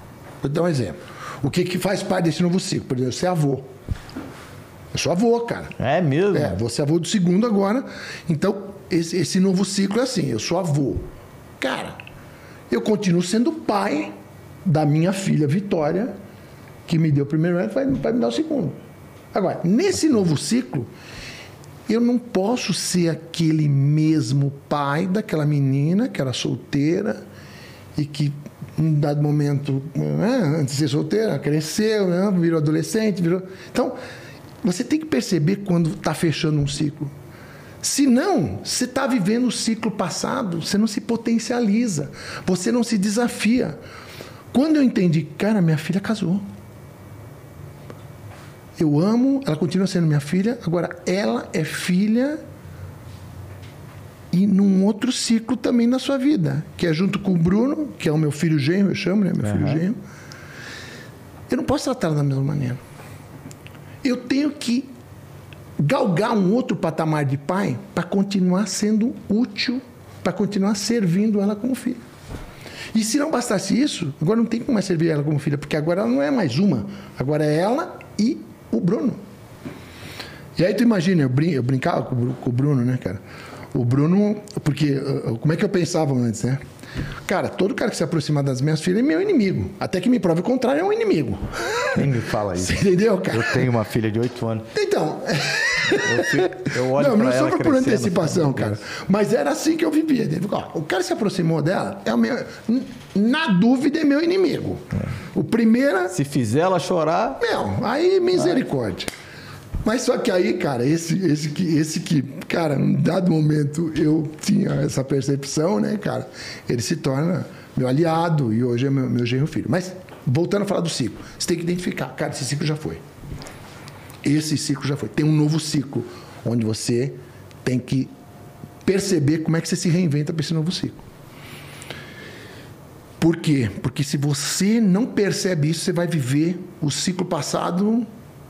O que faz parte desse novo ciclo? Por exemplo, você é avô. Eu sou avô, cara. É mesmo? Vou ser avô do segundo agora. Então, esse novo ciclo é assim, eu sou avô. Cara, eu continuo sendo pai da minha filha Vitória, que me deu o primeiro neto, vai me dar o segundo. Agora, nesse novo ciclo, eu não posso ser aquele mesmo pai daquela menina que era solteira e que, em um dado momento, antes de ser solteira, cresceu, virou adolescente, Então, você tem que perceber quando está fechando um ciclo. Se não, você está vivendo o ciclo passado, você não se potencializa, você não se desafia. Quando eu entendi, cara, minha filha casou. Eu amo, ela continua sendo minha filha, agora ela é filha e num outro ciclo também na sua vida, que é junto com o Bruno, que é o meu filho gêmeo, eu chamo, né? Meu filho gêmeo. Eu não posso tratá-la da mesma maneira. Eu tenho que galgar um outro patamar de pai para continuar sendo útil, para continuar servindo ela como filha. E se não bastasse isso, agora não tem como mais servir ela como filha, porque agora ela não é mais uma, agora é ela e o Bruno. E aí tu imagina, eu brincava com o Bruno, né, cara? O Bruno, porque como é que eu pensava antes, né? Cara, todo cara que se aproximar das minhas filhas é meu inimigo. Até que me prove o contrário, é um inimigo. Nem me fala isso. Você entendeu, cara? Eu tenho uma filha de 8 anos. Então... Eu olho não pra só ela por antecipação, cara. Mas era assim que eu vivia. O cara se aproximou dela, na dúvida é meu inimigo. O primeiro... Se fizer ela chorar... Não, aí misericórdia. Mas só que aí, cara, esse que, cara, num dado momento eu tinha essa percepção, né, cara? Ele se torna meu aliado e hoje é meu genro filho. Mas, voltando a falar do ciclo, você tem que identificar, cara, esse ciclo já foi. Esse ciclo já foi. Tem um novo ciclo, onde você tem que perceber como é que você se reinventa para esse novo ciclo. Por quê? Porque se você não percebe isso, você vai viver o ciclo passado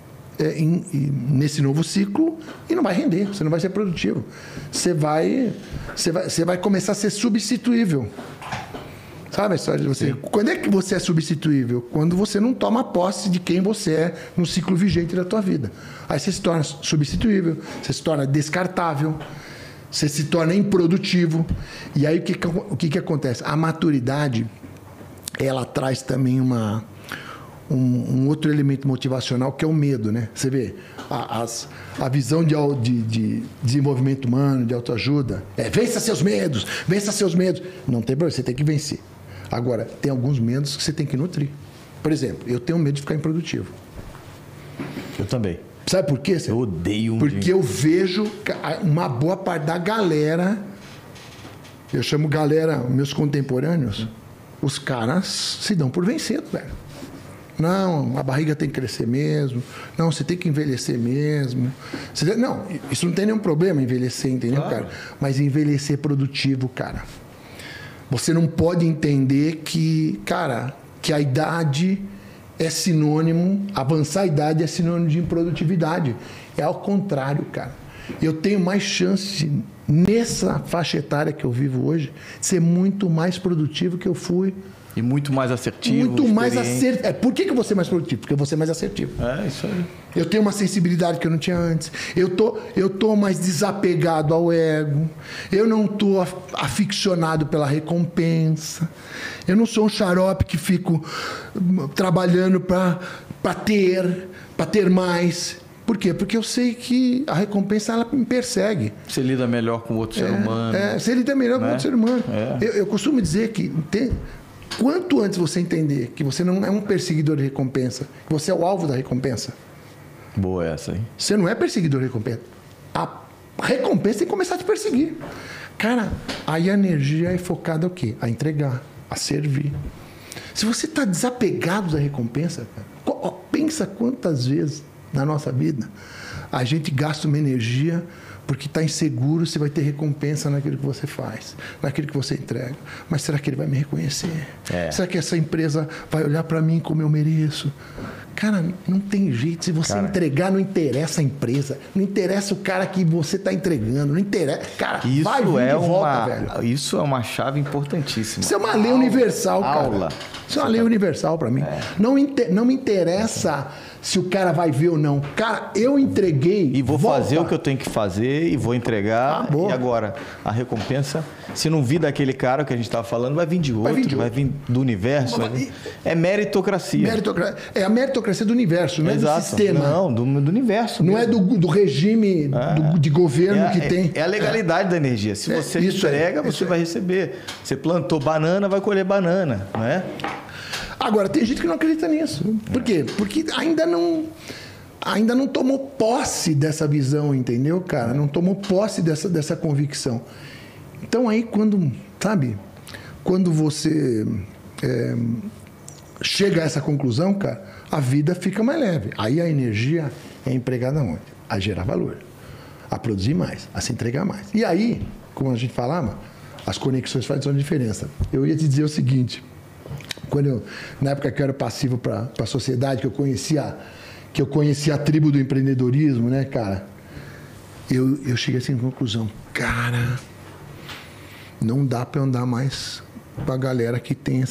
nesse novo ciclo e não vai render, você não vai ser produtivo. Você vai começar a ser substituível. Sabe a história de você? Sim. Quando é que você é substituível? Quando você não toma posse de quem você é no ciclo vigente da tua vida. Aí você se torna substituível, você se torna descartável, você se torna improdutivo. E aí o que acontece? A maturidade, ela traz também um outro elemento motivacional, que é o medo, né? Você vê, a visão de desenvolvimento humano, de autoajuda, vença seus medos. Não tem problema, você tem que vencer. Agora, tem alguns medos que você tem que nutrir. Por exemplo, eu tenho medo de ficar improdutivo. Eu também. Sabe por quê? Eu odeio Porque eu vejo uma boa parte da galera, eu chamo galera, meus contemporâneos, os caras se dão por vencido, velho. Não, a barriga tem que crescer mesmo. Não, você tem que envelhecer mesmo. Não, isso não tem nenhum problema, envelhecer, entendeu, claro, cara? Mas envelhecer produtivo, cara. Você não pode entender que, cara, que a idade é sinônimo, avançar a idade é sinônimo de improdutividade. É ao contrário, cara. Eu tenho mais chance, nessa faixa etária que eu vivo hoje, de ser muito mais produtivo que eu fui. E muito mais assertivo. Muito mais assertivo. Por que eu vou ser mais produtivo? Porque eu vou ser mais assertivo. É, isso aí. Eu tenho uma sensibilidade que eu não tinha antes. Eu tô mais desapegado ao ego. Eu não tô aficionado pela recompensa. Eu não sou um xarope que fico trabalhando para ter mais. Por quê? Porque eu sei que a recompensa ela me persegue. Você lida melhor com outro ser humano. Você lida melhor com outro ser humano. Eu costumo dizer que quanto antes você entender que você não é um perseguidor de recompensa, que você é o alvo da recompensa. Boa essa aí. Você não é perseguidor de recompensa. A recompensa tem que começar a te perseguir. Cara, aí a energia é focada o quê? A entregar, a servir. Se você está desapegado da recompensa, cara, pensa quantas vezes na nossa vida a gente gasta uma energia porque está inseguro se vai ter recompensa naquilo que você faz, naquilo que você entrega. Mas será que ele vai me reconhecer? Será que essa empresa vai olhar para mim como eu mereço? Cara, não tem jeito. Se você entregar, não interessa a empresa. Não interessa o cara que você está entregando. Não interessa. Cara, isso vai vir de volta, velho. Isso é uma chave importantíssima. Isso é uma lei universal, cara. Isso é uma lei universal para mim. Não me interessa se o cara vai ver ou não. Cara, eu entreguei. E vou fazer o que eu tenho que fazer e vou entregar. E agora, a recompensa, se não vir daquele cara que a gente estava falando, vai vir de outro, vai vir do universo. É meritocracia. É a meritocracia do universo, não é do sistema. Não, do universo. Não mesmo. É do regime de governo que tem. É a legalidade da energia. Se você entrega, você vai receber. Você plantou banana, vai colher banana, não é? Agora, tem gente que não acredita nisso. Por quê? Porque ainda não tomou posse dessa visão, entendeu, cara? Não tomou posse dessa convicção. Então, aí, quando você chega a essa conclusão, cara, a vida fica mais leve. Aí a energia é empregada onde? A gerar valor, a produzir mais, a se entregar mais. E aí, como a gente falava, as conexões fazem uma diferença. Eu ia te dizer o seguinte... na época que eu era passivo para a sociedade, que eu conhecia a tribo do empreendedorismo, né, cara? Eu cheguei assim à conclusão, cara, não dá para eu andar mais com a galera que tem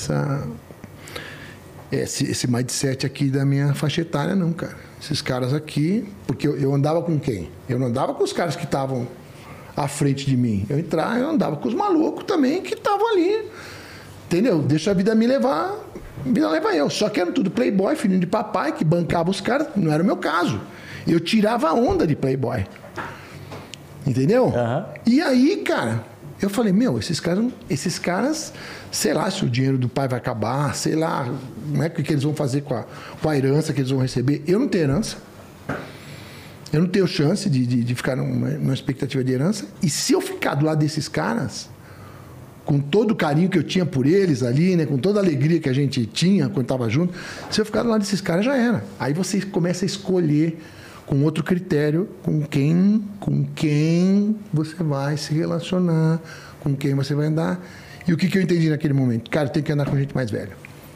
esse mindset aqui da minha faixa etária, não, cara. Esses caras aqui, porque eu andava com quem? Eu não andava com os caras que estavam à frente de mim. Eu andava com os malucos também que estavam ali. Entendeu? Deixa a vida me levar, a vida leva eu. Só que eram tudo playboy, filhinho de papai, que bancava os caras. Não era o meu caso. Eu tirava a onda de playboy. Entendeu? Uhum. E aí, cara, eu falei, esses caras, sei lá se o dinheiro do pai vai acabar, sei lá, não é o que eles vão fazer com a herança que eles vão receber. Eu não tenho herança. Eu não tenho chance de ficar numa expectativa de herança. E se eu ficar do lado desses caras... com todo o carinho que eu tinha por eles ali, né? Com toda a alegria que a gente tinha quando estava junto, se eu ficar do lado desses caras, já era. Aí você começa a escolher com outro critério com quem você vai se relacionar, com quem você vai andar. E o que eu entendi naquele momento? Cara, tem que andar com gente mais velha.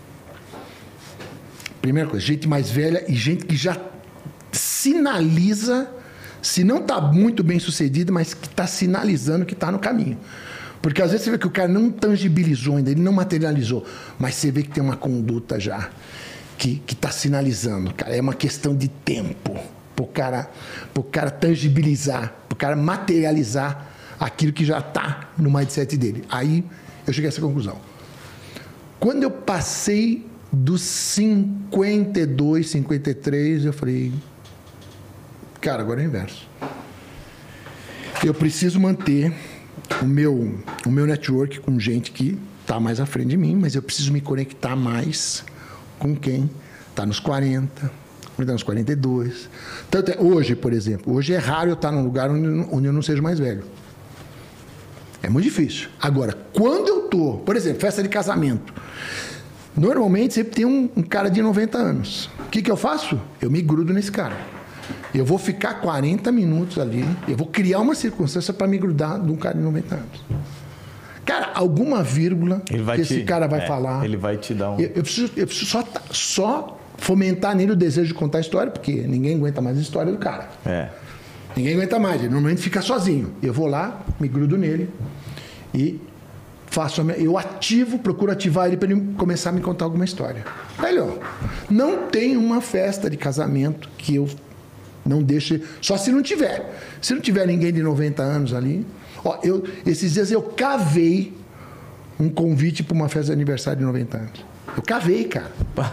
Primeira coisa, gente mais velha e gente que já sinaliza, se não está muito bem sucedido, mas que está sinalizando que está no caminho. Porque às vezes você vê que o cara não tangibilizou ainda, ele não materializou, mas você vê que tem uma conduta já que está sinalizando. Cara, é uma questão de tempo para o cara tangibilizar, para o cara materializar aquilo que já está no mindset dele. Aí eu cheguei a essa conclusão. Quando eu passei dos 52, 53, eu falei, cara, agora é o inverso. Eu preciso manter o meu network com gente que está mais à frente de mim, mas eu preciso me conectar mais com quem está nos 40, está nos 42. Tanto hoje, por exemplo, hoje é raro eu estar num lugar onde eu não seja mais velho. É muito difícil. Agora, quando eu estou, por exemplo, festa de casamento, normalmente sempre tem um cara de 90 anos. O que eu faço? Eu me grudo nesse cara. Eu vou ficar 40 minutos ali, eu vou criar uma circunstância para me grudar de um cara de 90 anos. Cara, alguma vírgula que esse cara vai falar. Ele vai te dar um... Eu preciso só fomentar nele o desejo de contar a história, porque ninguém aguenta mais a história do cara. Ninguém aguenta mais, ele normalmente fica sozinho. Eu vou lá, me grudo nele e eu procuro ativar ele para ele começar a me contar alguma história. Velho, não tem uma festa de casamento que eu não deixe, só se não tiver. Se não tiver ninguém de 90 anos ali... Ó, esses dias eu cavei um convite para uma festa de aniversário de 90 anos. Eu cavei, cara.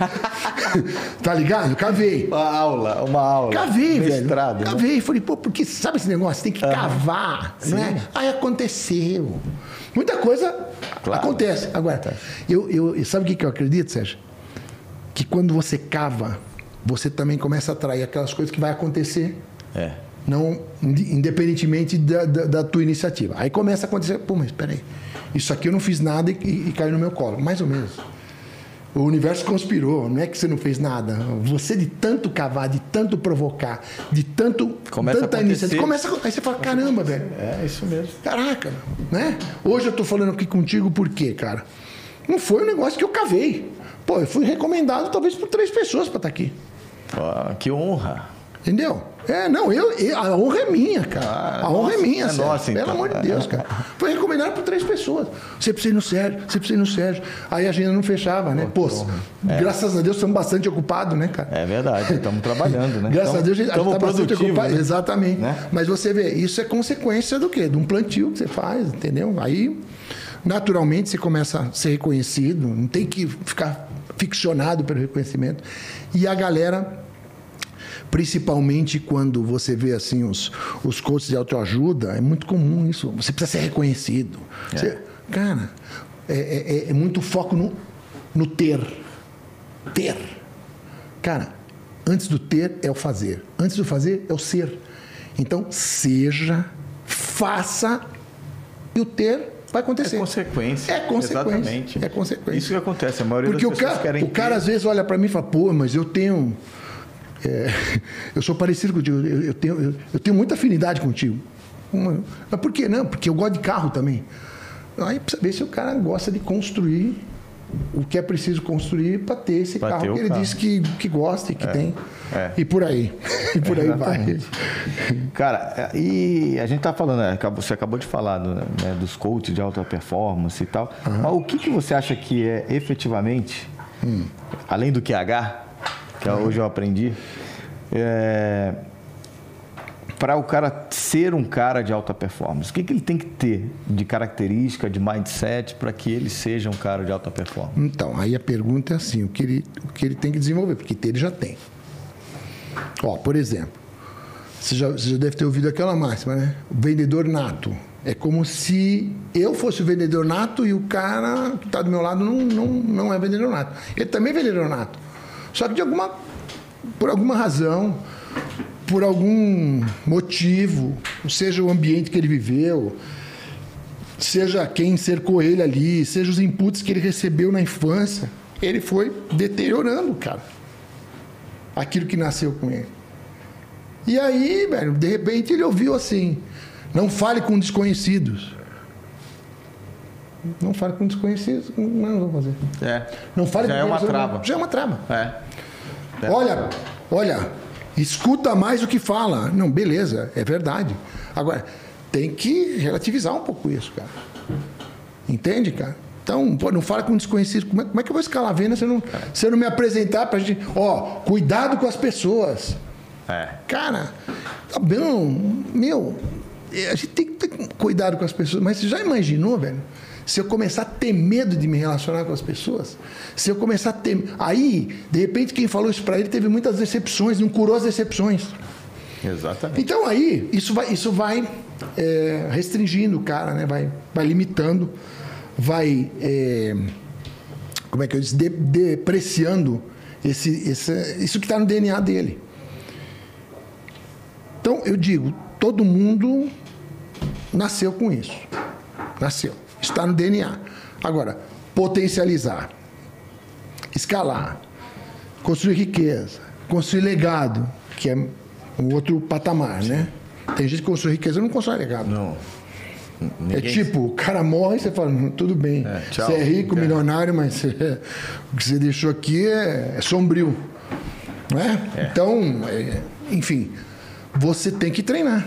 Tá ligado? Eu cavei. Uma aula. Cavei, mestrado, velho. Cavei. Falei, pô, porque sabe esse negócio? Tem que cavar, não é? Aí aconteceu. Muita coisa acontece. Agora, sabe o que eu acredito, Sérgio? Que quando você cava, você também começa a atrair aquelas coisas que vai acontecer. Não, independentemente da tua iniciativa. Aí começa a acontecer, pô, mas peraí, isso aqui eu não fiz nada e caiu no meu colo. Mais ou menos. O universo conspirou, não é que você não fez nada. Você de tanto cavar, de tanto provocar, de tanta iniciativa, aí você fala, caramba, velho. É isso mesmo. Caraca, né? Hoje eu tô falando aqui contigo por quê, cara? Não foi um negócio que eu cavei. Pô, eu fui recomendado talvez por 3 pessoas para estar aqui. Que honra. Entendeu? A honra é minha, cara. A honra é minha, Sérgio. Nossa, então. Pelo amor de Deus, cara. Foi recomendado por 3 pessoas. Você precisa ir no Sérgio, você precisa ir no Sérgio. Aí a agenda não fechava, né? Pô, graças a Deus estamos bastante ocupados, né, cara? É verdade, estamos trabalhando, né? Graças a Deus a gente está bastante ocupado. Né? Exatamente. Né? Mas você vê, isso é consequência do quê? De um plantio que você faz, entendeu? Aí, naturalmente, você começa a ser reconhecido, não tem que ficar ficcionado pelo reconhecimento. E a galera... Principalmente quando você vê assim os coaches de autoajuda, é muito comum isso. Você precisa ser reconhecido. Cara, é muito foco no ter. Ter. Cara, antes do ter é o fazer. Antes do fazer é o ser. Então, seja, faça e o ter vai acontecer. É consequência. Exatamente. É consequência. Isso que acontece. A maioria das pessoas querem... O cara às vezes olha para mim e fala, pô, mas eu tenho... eu sou parecido contigo, eu tenho muita afinidade contigo. Mas por que não? Porque eu gosto de carro também. Aí precisa ver se o cara gosta de construir o que é preciso construir para ter esse carro que ele disse que gosta e que tem. E por aí. E por aí vai. Cara, e a gente tá falando, você acabou de falar dos coaches de alta performance e tal. Mas o que você acha que é efetivamente, além do QH, que hoje eu aprendi, para o cara ser um cara de alta performance, o que ele tem que ter de característica, de mindset, para que ele seja um cara de alta performance? Então, aí a pergunta é assim, o que ele tem que desenvolver, porque ele já tem. Ó, por exemplo, você já deve ter ouvido aquela máxima, né? O vendedor nato. É como se eu fosse o vendedor nato e o cara que está do meu lado não é vendedor nato. Ele também é vendedor nato. Só que por alguma razão, por algum motivo, seja o ambiente que ele viveu, seja quem cercou ele ali, seja os inputs que ele recebeu na infância, ele foi deteriorando, cara, aquilo que nasceu com ele. E aí, velho, de repente ele ouviu assim, não fale com desconhecidos. Não fale com desconhecidos, não vou fazer. Não fale já com é uma trava. Já é uma trava. Olha, escuta mais do que fala. Não, beleza, é verdade. Agora, tem que relativizar um pouco isso, cara. Entende, cara? Então, não fala com desconhecidos. Como é que eu vou escalar a venda se eu não me apresentar pra gente? Cuidado com as pessoas. Cara, tá bom, a gente tem que ter cuidado com as pessoas. Mas você já imaginou, velho? Se eu começar a ter medo de me relacionar com as pessoas, se eu começar a ter... Aí, de repente, quem falou isso para ele teve muitas decepções, não curou as decepções. Exatamente. Então, aí, isso vai restringindo o cara, né? Vai limitando, vai... como é que eu disse? Depreciando isso que está no DNA dele. Então, eu digo, todo mundo nasceu com isso. Nasceu. Está no DNA. Agora, potencializar, escalar, construir riqueza, construir legado, que é um outro patamar, né? Tem gente que constrói riqueza e não constrói legado. Não. Ninguém... É tipo, o cara morre e você fala, tudo bem, tchau, você é rico, milionário, mas o que você deixou aqui é sombrio. Não é? Então, enfim, você tem que treinar.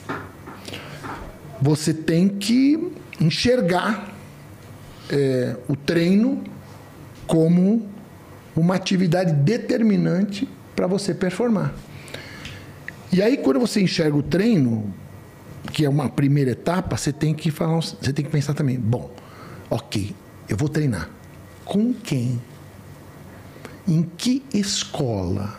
Você tem que enxergar o treino como uma atividade determinante para você performar. E aí, quando você enxerga o treino, que é uma primeira etapa, você tem que pensar também, bom, ok, eu vou treinar. Com quem? Em que escola?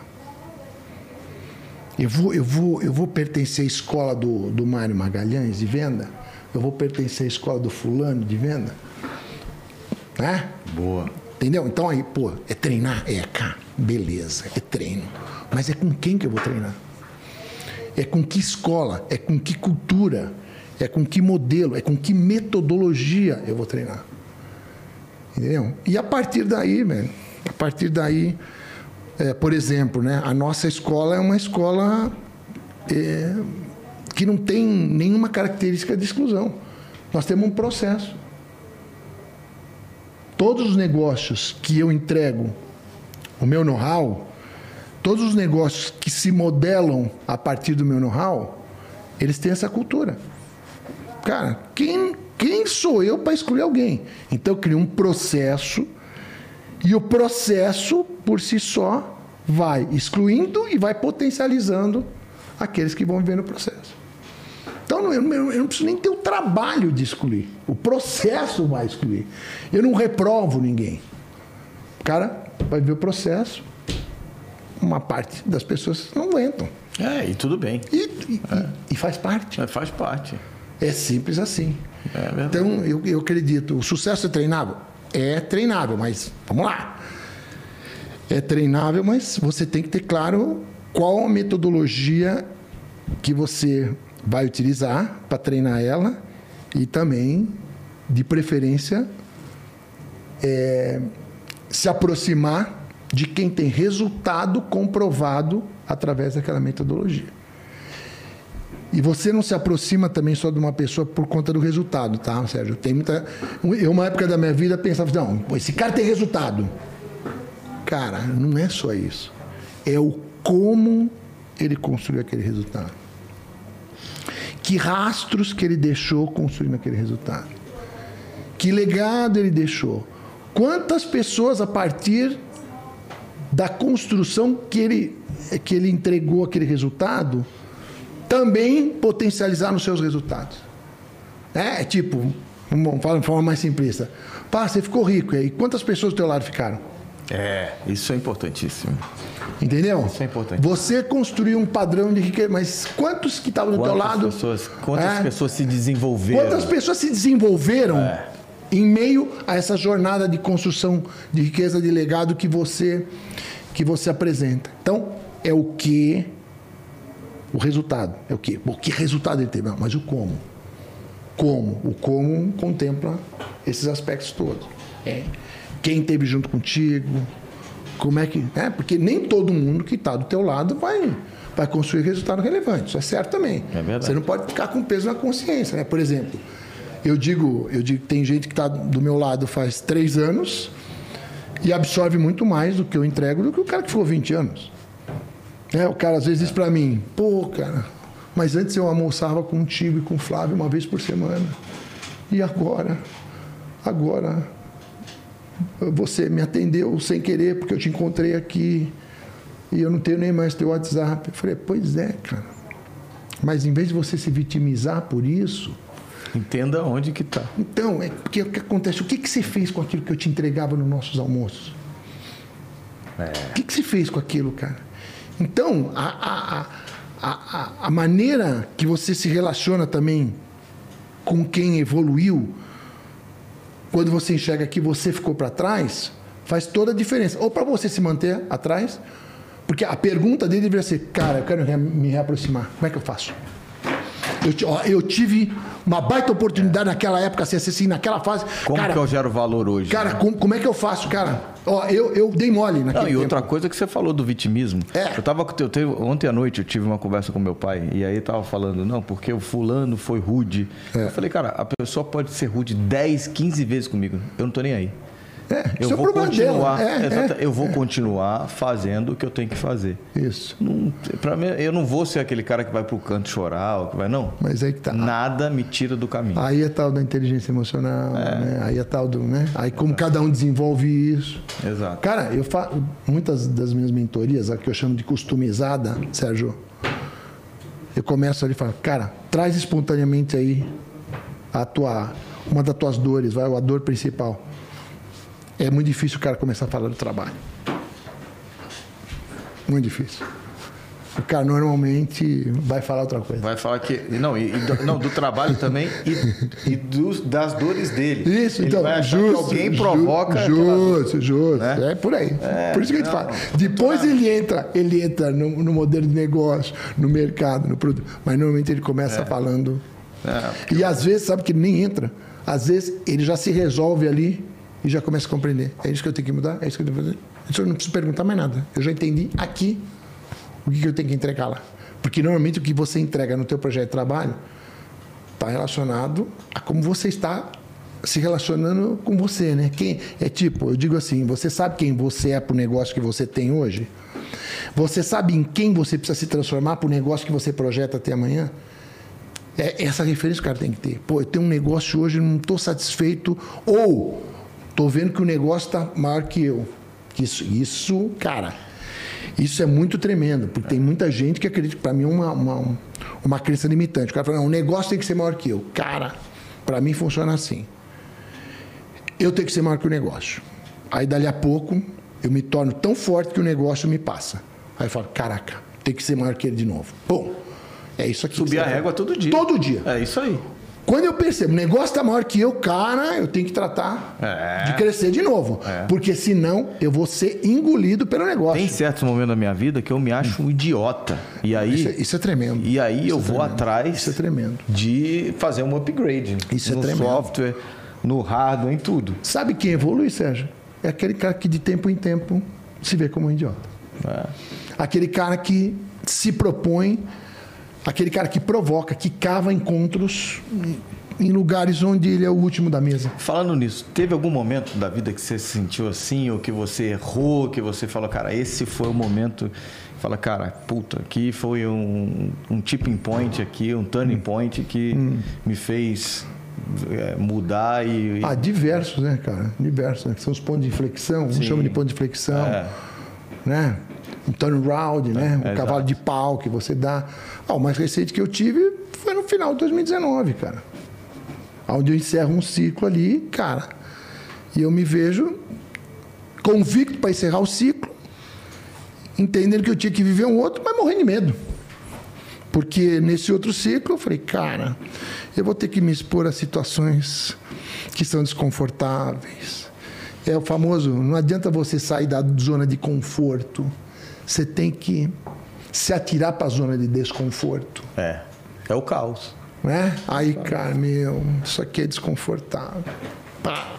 Eu vou pertencer à escola do Mário Magalhães de venda? Eu vou pertencer à escola do fulano de venda? Boa. Entendeu? Então aí, pô, é treinar? Beleza, é treino. Mas é com quem que eu vou treinar? É com que escola? É com que cultura? É com que modelo? É com que metodologia eu vou treinar? Entendeu? E a partir daí, velho, por exemplo, né, a nossa escola é uma escola que não tem nenhuma característica de exclusão. Nós temos um processo. Todos os negócios que eu entrego, o meu know-how, todos os negócios que se modelam a partir do meu know-how, eles têm essa cultura. Cara, quem sou eu para excluir alguém? Então eu crio um processo e o processo, por si só, vai excluindo e vai potencializando aqueles que vão viver no processo. Então eu não preciso nem ter o trabalho de excluir. O processo vai excluir. Eu não reprovo ninguém. O cara vai ver o processo. Uma parte das pessoas não aguentam. E tudo bem. E faz parte. Faz parte. É simples assim. É verdade. Então, eu acredito. O sucesso é treinável? É treinável, mas vamos lá. É treinável, mas você tem que ter claro qual a metodologia que você vai utilizar para treinar ela e também, de preferência, se aproximar de quem tem resultado comprovado através daquela metodologia. E você não se aproxima também só de uma pessoa por conta do resultado, tá, Sérgio? Eu, uma época da minha vida, pensava, não, esse cara tem resultado. Cara, não é só isso. É o como ele construiu aquele resultado. Que rastros que ele deixou construindo aquele resultado. Que legado ele deixou. Quantas pessoas, a partir da construção que ele entregou aquele resultado, também potencializaram os seus resultados. Tipo, vamos falar de forma mais simplista. Pá, você ficou rico, e aí quantas pessoas do teu lado ficaram? Isso é importantíssimo. Entendeu? Isso é importante. Você construiu um padrão de riqueza, mas quantos que estavam do teu lado? Quantas pessoas se desenvolveram? Quantas pessoas se desenvolveram em meio a essa jornada de construção de riqueza, de legado que você apresenta? Então, é o que? O resultado. É o quê? Bom, que resultado ele teve? Não, mas o como? Como? O como contempla esses aspectos todos. Quem esteve junto contigo? Como é que... porque nem todo mundo que está do teu lado vai construir resultado relevante. Isso é certo também. É verdade. Você não pode ficar com peso na consciência, né? Por exemplo, eu digo que tem gente que está do meu lado faz 3 anos e absorve muito mais do que eu entrego do que o cara que ficou 20 anos. O cara às vezes diz para mim, pô, cara, mas antes eu almoçava contigo e com o Flávio uma vez por semana. E agora você me atendeu sem querer porque eu te encontrei aqui e eu não tenho nem mais teu WhatsApp. Eu falei, pois é, cara. Mas em vez de você se vitimizar por isso... Entenda onde que está. Então, porque o que acontece? O que você fez com aquilo que eu te entregava nos nossos almoços? O que você fez com aquilo, cara? Então, a maneira que você se relaciona também com quem evoluiu, quando você enxerga que você ficou para trás, faz toda a diferença. Ou para você se manter atrás, porque a pergunta dele deveria ser, cara, eu quero me reaproximar, como é que eu faço? Eu tive uma baita oportunidade naquela época, assim, naquela fase. Como cara, que eu gero valor hoje? Cara, como é que eu faço, cara? Ó, eu dei mole naquele tempo. E outra coisa que você falou do vitimismo. Ontem à noite eu tive uma conversa com meu pai e aí tava falando, não, porque o fulano foi rude. Eu falei, cara, a pessoa pode ser rude 10, 15 vezes comigo. Eu não tô nem aí. Eu vou continuar, eu vou continuar fazendo o que eu tenho que fazer. Isso. Para mim, eu não vou ser aquele cara que vai pro canto chorar, ou que vai, não. Mas aí que tá. Nada me tira do caminho. Aí é tal da inteligência emocional, né? Aí é tal do, né? Aí como cada um desenvolve isso. Exato. Cara, eu faço muitas das minhas mentorias, a que eu chamo de customizada, Sérgio. Eu começo ali e falo, cara, traz espontaneamente aí uma das tuas dores, a dor principal. É muito difícil o cara começar a falar do trabalho. Muito difícil. O cara normalmente vai falar outra coisa. Vai falar que... Não, do trabalho também das dores dele. Isso, ele então, vai achar que alguém provoca... Justo. Né? É por aí. Por isso que a gente fala. Depois ele entra no modelo de negócio, no mercado, no produto. Mas normalmente ele começa falando... E às vezes, sabe que ele nem entra. Às vezes ele já se resolve ali e já começa a compreender. É isso que eu tenho que mudar? É isso que eu tenho que fazer? Isso eu não preciso perguntar mais nada. Eu já entendi aqui o que eu tenho que entregar lá. Porque normalmente o que você entrega no teu projeto de trabalho está relacionado a como você está se relacionando com você, né? Eu digo assim, você sabe quem você é para o negócio que você tem hoje? Você sabe em quem você precisa se transformar para o negócio que você projeta até amanhã? Essa referência o cara tem que ter. Pô, eu tenho um negócio hoje, não estou satisfeito, ou estou vendo que o negócio está maior que eu. Isso, cara, isso é muito tremendo, porque tem muita gente que acredita que para mim é uma crença limitante. O cara fala, não, o negócio tem que ser maior que eu. Cara, para mim funciona assim. Eu tenho que ser maior que o negócio. Aí, dali a pouco, eu me torno tão forte que o negócio me passa. Aí eu falo, caraca, tem que ser maior que ele de novo. Pum. É isso aqui. Subir a régua todo dia. Todo dia. É isso aí. Quando eu percebo, o negócio está maior que eu, cara, eu tenho que tratar de crescer de novo. Porque senão eu vou ser engolido pelo negócio. Tem certos momentos da minha vida que eu me acho um idiota. E aí, isso é tremendo. E aí eu vou atrás de fazer um upgrade no software, no hardware, em tudo. Sabe quem evolui, Sérgio? É aquele cara que de tempo em tempo se vê como um idiota. Aquele cara que se propõe... Aquele cara que provoca, que cava encontros em lugares onde ele é o último da mesa. Falando nisso, teve algum momento da vida que você se sentiu assim, ou que você errou, que você falou, cara, esse foi o momento... Fala, cara, puta, aqui foi um tipping point aqui, um turning point que me fez mudar e... diversos, né, cara? Diversos, né? São os pontos de inflexão, um chama de ponto de inflexão, né? Um turnaround, né? Um cavalo de pau que você dá. O mais recente que eu tive foi no final de 2019, cara. Onde eu encerro um ciclo ali, cara. E eu me vejo convicto para encerrar o ciclo, entendendo que eu tinha que viver um outro, mas morrendo de medo. Porque nesse outro ciclo eu falei, cara, eu vou ter que me expor a situações que são desconfortáveis. É o famoso, não adianta você sair da zona de conforto. Você tem que se atirar para a zona de desconforto. É o caos. Né? Aí, cara, isso aqui é desconfortável. Pá.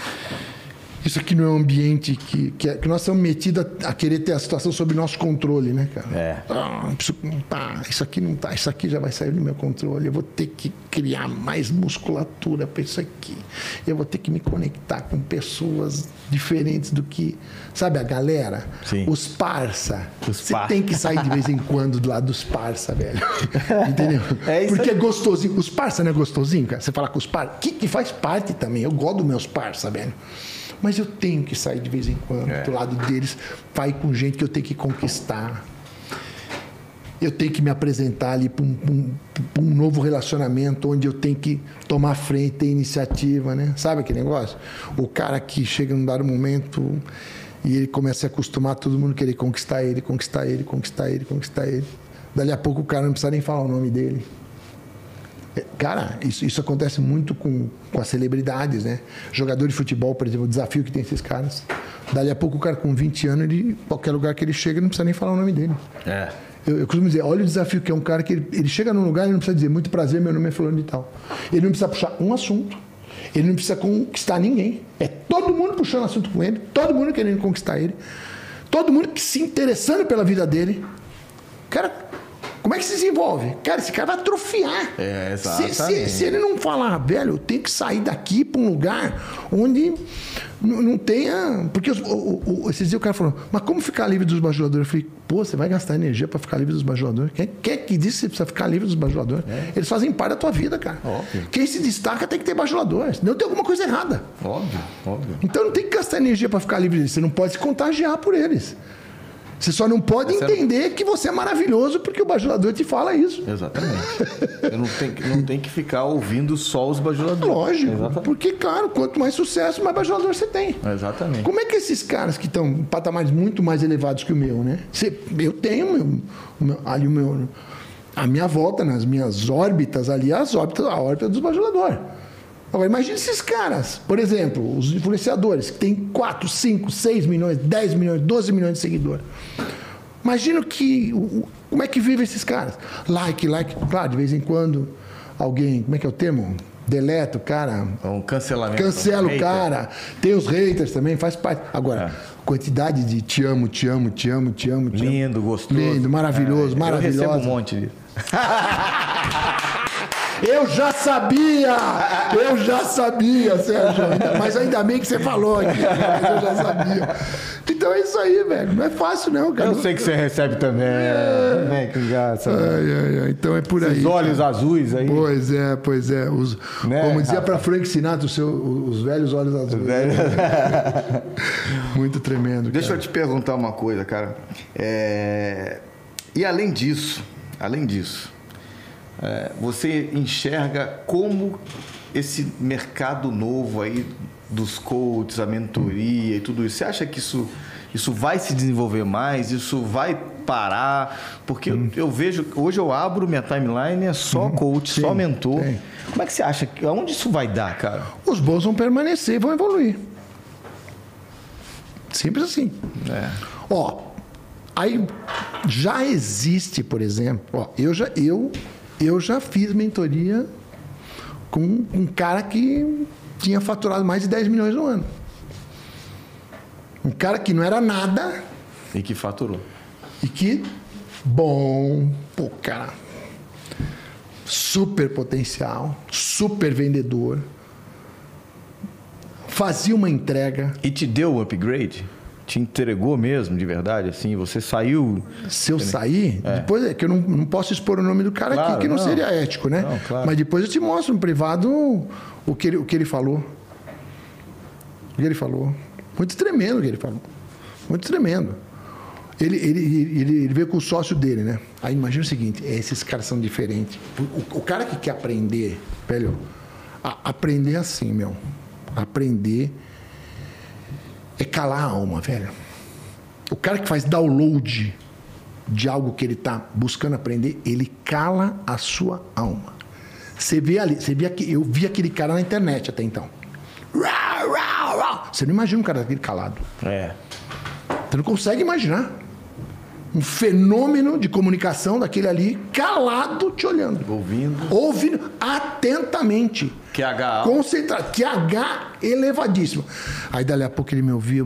Isso aqui não é um ambiente que nós estamos metidos a querer ter a situação sob nosso controle, né, cara? Isso aqui não tá, isso aqui já vai sair do meu controle. Eu vou ter que criar mais musculatura para isso aqui. Eu vou ter que me conectar com pessoas diferentes do que, sabe, a galera? Sim. Os parça. Você tem que sair de vez em quando do lado dos parça, velho. Entendeu? Porque é gostosinho. Os parça não é gostosinho, cara? Você fala com os parça, que faz parte também. Eu gosto dos meus parça, velho. Mas eu tenho que sair de vez em quando do lado deles, vai com gente que eu tenho que conquistar. Eu tenho que me apresentar ali para um novo relacionamento onde eu tenho que tomar frente, ter iniciativa, né? Sabe aquele negócio? O cara que chega num dado momento e ele começa a acostumar todo mundo querer conquistar ele. Dali a pouco o cara não precisa nem falar o nome dele. Cara, isso acontece muito com as celebridades, né? Jogador de futebol, por exemplo, o desafio que tem esses caras. Dali a pouco o cara com 20 anos, qualquer lugar que ele chega, não precisa nem falar o nome dele. Eu costumo dizer, olha o desafio que é um cara que ele chega num lugar e não precisa dizer muito prazer, meu nome é fulano de tal. Ele não precisa puxar um assunto, ele não precisa conquistar ninguém. É todo mundo puxando assunto com ele, todo mundo querendo conquistar ele, todo mundo se interessando pela vida dele. Cara, como é que se desenvolve? Cara, esse cara vai atrofiar. Exatamente. Se ele não falar, velho, eu tenho que sair daqui para um lugar onde não tenha... Porque esses dias o cara falou, mas como ficar livre dos bajuladores? Eu falei, pô, você vai gastar energia para ficar livre dos bajuladores? Quem é que disse que você precisa ficar livre dos bajuladores? Eles fazem parte da tua vida, cara. Óbvio. Quem se destaca tem que ter bajulador. Senão tem alguma coisa errada. Óbvio. Então não tem que gastar energia para ficar livre deles. Você não pode se contagiar por eles. Você só não pode entender que você é maravilhoso porque o bajulador te fala isso. Exatamente. Eu não tenho que ficar ouvindo só os bajuladores. Lógico. Exatamente. Porque, claro, quanto mais sucesso, mais bajulador você tem. Exatamente. Como é que esses caras que estão em patamares muito mais elevados que o meu, né? Eu tenho a minha volta nas minhas órbitas ali, a órbita dos bajuladores. Agora, imagine esses caras, por exemplo, os influenciadores, que tem 4, 5, 6 milhões, 10 milhões, 12 milhões de seguidores. Imagina como é que vivem esses caras. Like. Claro, de vez em quando, alguém, como é que é o termo? Deleta o cara. Um cancelamento. Cancela o cara. Tem os haters também, faz parte. Agora, quantidade de te amo. Lindo, gostoso. Lindo, maravilhoso, maravilhoso. Eu recebo um monte disso. Eu já sabia, Sérgio. Mas ainda bem que você falou aqui. Mas eu já sabia. Então é isso aí, velho. Não é fácil, não, cara. Eu sei que você recebe também. Que graça. Então é por aí. Os olhos azuis aí. Pois é. Como dizia para Frank Sinatra, os velhos olhos azuis. Muito tremendo. Deixa eu te perguntar uma coisa, cara. E além disso, você enxerga como esse mercado novo aí dos coaches, a mentoria e tudo isso, você acha que isso vai se desenvolver mais? Isso vai parar? Porque eu vejo, hoje eu abro minha timeline, é só coach, só mentor. Sim. Como é que você acha? Aonde isso vai dar, cara? Os bons vão permanecer, vão evoluir. Simples assim. Aí já existe, por exemplo, eu já fiz mentoria com um cara que tinha faturado mais de 10 milhões no ano. Um cara que não era nada. E que faturou. E que, cara, super potencial, super vendedor, fazia uma entrega. E te deu o upgrade? Te entregou mesmo, de verdade, assim? Você saiu... Se eu sair, depois é que eu não posso expor o nome do cara aqui, que não seria ético, né? Não, claro. Mas depois eu te mostro no privado o que ele falou. O que ele falou. Muito tremendo o que ele falou. Muito tremendo. Ele veio com o sócio dele, né? Aí imagina o seguinte, esses caras são diferentes. O cara que quer aprender, velho, aprender assim, meu. Aprender... é calar a alma, velho. O cara que faz download de algo que ele está buscando aprender, ele cala a sua alma. Você vê ali, eu vi aquele cara na internet até então. Você não imagina um cara daquele calado. Você não consegue imaginar. Um fenômeno de comunicação daquele ali, calado, te olhando. Ouvindo atentamente. QH. Concentrado. QH elevadíssimo. Aí, dali a pouco, ele me ouvia.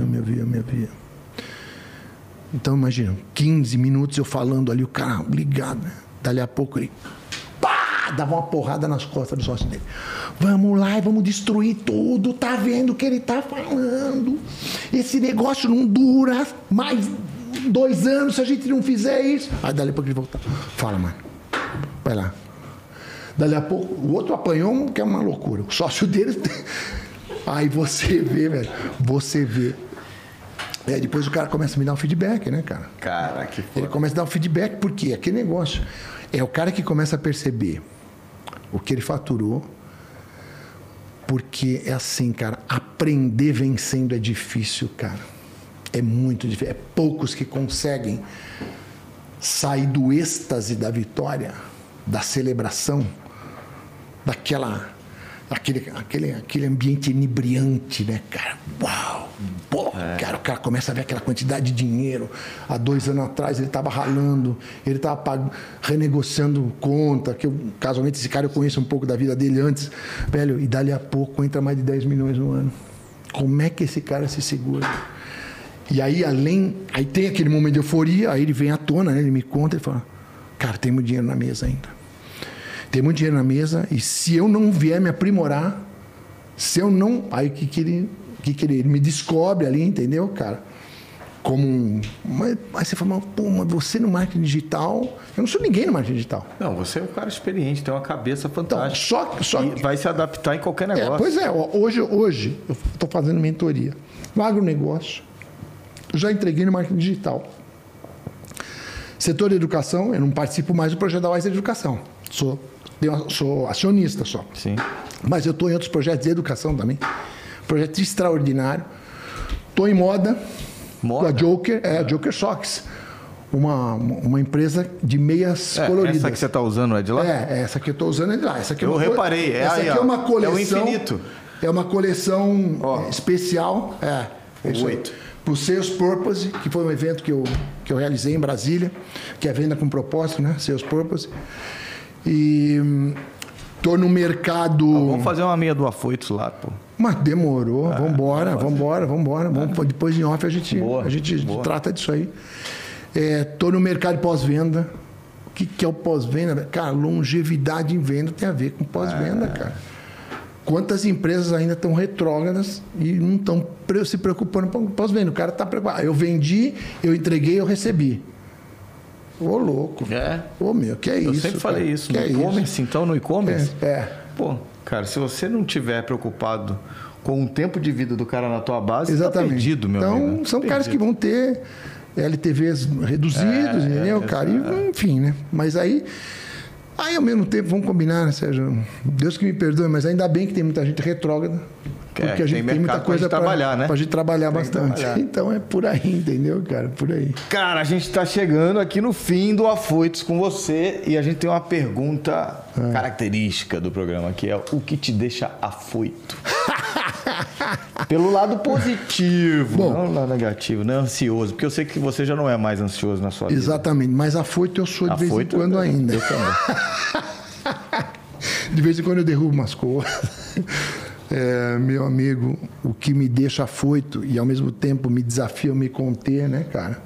Então, imagina, 15 minutos eu falando ali, o cara ligado, né? Dali a pouco, ele... dava uma porrada nas costas do sócio dele. Vamos lá e vamos destruir tudo. Tá vendo o que ele tá falando? Esse negócio não dura mais 2 anos se a gente não fizer isso. Aí dali a pouco ele volta. Fala, mano. Vai lá. Dali a pouco, o outro apanhou, que é uma loucura. O sócio dele... Aí você vê, velho. Você vê. Depois o cara começa a me dar um feedback, né, cara? Cara, que foda. Ele começa a dar um feedback, porque aquele negócio... É o cara que começa a perceber o que ele faturou, porque é assim, cara, aprender vencendo é difícil, cara. É muito difícil. É poucos que conseguem sair do êxtase da vitória, da celebração, aquele ambiente inebriante, né, cara? Uau! Pô, cara, o cara começa a ver aquela quantidade de dinheiro. Há 2 anos atrás ele estava ralando, ele estava renegociando conta, que casualmente esse cara eu conheço um pouco da vida dele antes. Velho, e dali a pouco entra mais de 10 milhões no ano. Como é que esse cara se segura? E aí, aí tem aquele momento de euforia, aí ele vem à tona, né? Ele me conta e fala, cara, tem muito dinheiro na mesa ainda. Tem muito dinheiro na mesa e se eu não vier me aprimorar, se eu não... Aí ele me descobre ali, entendeu, cara? Aí você fala, pô, mas você no marketing digital... Eu não sou ninguém no marketing digital. Não, você é um cara experiente, tem uma cabeça fantástica. Então, só e vai se adaptar em qualquer negócio. Pois é, hoje eu estou fazendo mentoria. No agronegócio, eu já entreguei no marketing digital. Setor de educação, eu não participo mais do projeto da Wise Educação. Sou acionista só. Sim. Mas eu estou em outros projetos de educação também. Projeto extraordinário. Estou em moda. Com a Joker, a Joker Socks. Uma empresa de meias coloridas. Essa que você está usando é de lá? Essa que eu estou usando é de lá. Essa aqui eu reparei. Essa aqui é uma coleção. É o infinito. É uma coleção especial. O 8. Para o Sales Purpose, que foi um evento que eu realizei em Brasília, que é venda com propósito, né? Sales Purpose. E estou no mercado... Vamos fazer uma meia do Afoitos lá, pô. Mas demorou, vambora. Depois em off a gente trata disso aí. Estou no mercado de pós-venda. O que é o pós-venda? Cara, longevidade em venda tem a ver com pós-venda, cara. Quantas empresas ainda estão retrógradas e não estão se preocupando com pós-venda? O cara está preocupado. Eu vendi, eu entreguei, eu recebi. Ô, louco. Ô, meu, que é isso? Eu sempre falei isso. No e-commerce, então, no e-commerce? Pô, cara, se você não tiver preocupado com o tempo de vida do cara na tua base, você tá perdido, meu amigo. Então, são caras que vão ter LTVs reduzidos, entendeu, cara? E, enfim, né? Mas aí, ao mesmo tempo, vamos combinar, né, Sérgio? Deus que me perdoe, mas ainda bem que tem muita gente retrógrada. Porque a gente tem muita coisa para trabalhar, né? Pra gente trabalhar bastante. Então é por aí, entendeu, cara? Por aí. Cara, a gente está chegando aqui no fim do Afoitos com você e a gente tem uma pergunta característica do programa, que é o que te deixa afoito? Pelo lado positivo, não pelo lado negativo, não ansioso, porque eu sei que você já não é mais ansioso na sua vida. Exatamente, mas afoito eu sou de vez em quando ainda. Eu também. De vez em quando eu derrubo umas coisas. Meu amigo, o que me deixa afoito e ao mesmo tempo me desafia a me conter, né, cara?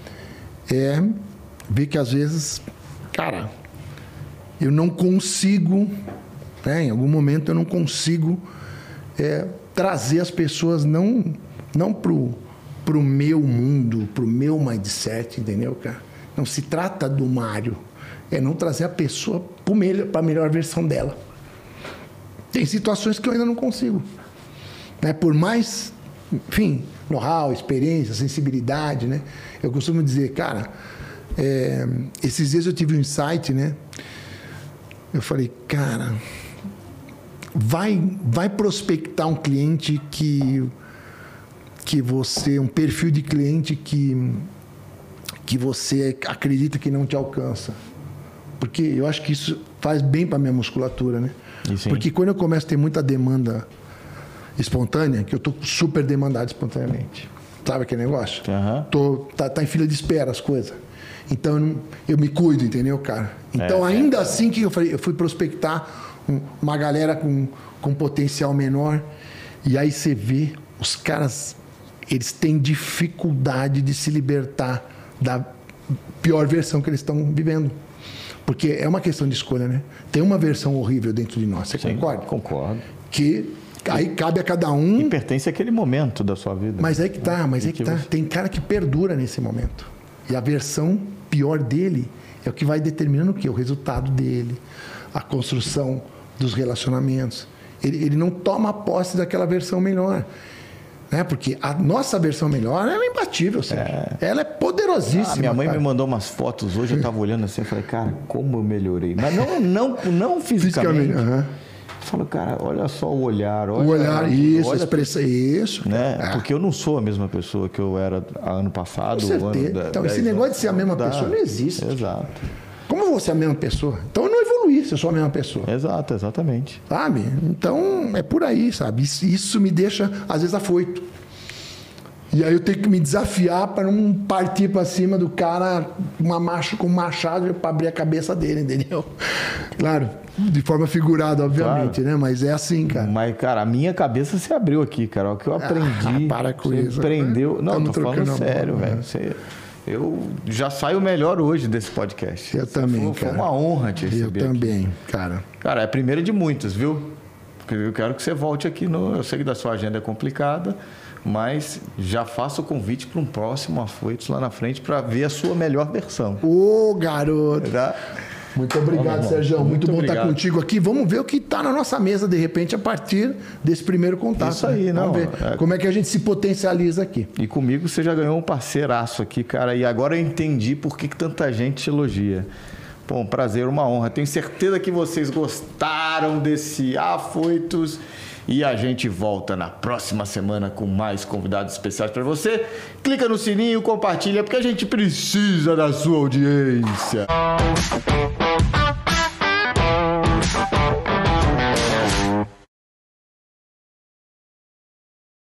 É ver que às vezes, cara, eu não consigo, né, em algum momento eu não consigo trazer as pessoas não pro meu mundo, pro meu mindset, entendeu, cara? Não se trata do Mário, não trazer a pessoa para a melhor versão dela. Tem situações que eu ainda não consigo. Né? Por mais, enfim, know-how, experiência, sensibilidade, né? Eu costumo dizer, cara, esses dias eu tive um insight, né? Eu falei, cara, vai prospectar um cliente que você, um perfil de cliente que você acredita que não te alcança. Porque eu acho que isso faz bem para a minha musculatura, né? Porque quando eu começo a ter muita demanda espontânea, que eu estou super demandado espontaneamente. Sabe aquele negócio? Tá em fila de espera as coisas. Então eu me cuido, entendeu, cara? Então ainda assim que eu fui prospectar uma galera com potencial menor. E aí você vê, os caras, eles têm dificuldade de se libertar da pior versão que eles estão vivendo. Porque é uma questão de escolha, né? Tem uma versão horrível dentro de nós, você concorda? Concordo. Que aí cabe a cada um... E pertence àquele momento da sua vida. Mas é que tá. Tem cara que perdura nesse momento. E a versão pior dele é o que vai determinando o quê? O resultado dele, a construção dos relacionamentos. Ele não toma posse daquela versão melhor. Né? Porque a nossa versão melhor, ela é imbatível, ela é poderosíssima. Minha mãe me mandou umas fotos hoje, eu estava olhando assim, eu falei, cara, como eu melhorei. Mas não fisicamente. Eu falo, cara, olha só o olhar. Olha, o olhar, isso, a expressão, isso. Né? Porque eu não sou a mesma pessoa que eu era ano passado. Com certeza. Então, esse negócio de ser a mesma pessoa não existe. Exato. Como eu vou ser a mesma pessoa? Então eu não evoluí se eu sou a mesma pessoa. Exato, exatamente. Sabe? Então é por aí, sabe? Isso me deixa, às vezes, afoito. E aí eu tenho que me desafiar para não partir para cima do cara com machado para abrir a cabeça dele, entendeu? Claro, de forma figurada, obviamente, né? Mas é assim, cara. Mas, cara, a minha cabeça se abriu aqui, cara. O que eu aprendi. Para com você isso. Prendeu. Não, Estamos tô falando sério, bola, velho. né? Eu já saio melhor hoje desse podcast. Eu também, cara. Foi uma honra te receber. Eu também, aqui. cara. Cara, é a primeira de muitas, viu? Porque eu quero que você volte aqui. Eu sei que da sua agenda é complicada, mas já faço o convite para um próximo Afoitos lá na frente para ver a sua melhor versão. Ô, garoto! Tá? Muito obrigado, Sérgio. Muito bom obrigado. estar contigo aqui. Vamos ver o que está na nossa mesa, de repente, a partir desse primeiro contato. Isso aí, não. Vamos ver como é que a gente se potencializa aqui. E comigo você já ganhou um parceiraço aqui, cara. E agora eu entendi por que tanta gente te elogia. Pô, um prazer, uma honra. Tenho certeza que vocês gostaram desse Afoitos. E a gente volta na próxima semana com mais convidados especiais para você. Clica no sininho, compartilha, porque a gente precisa da sua audiência.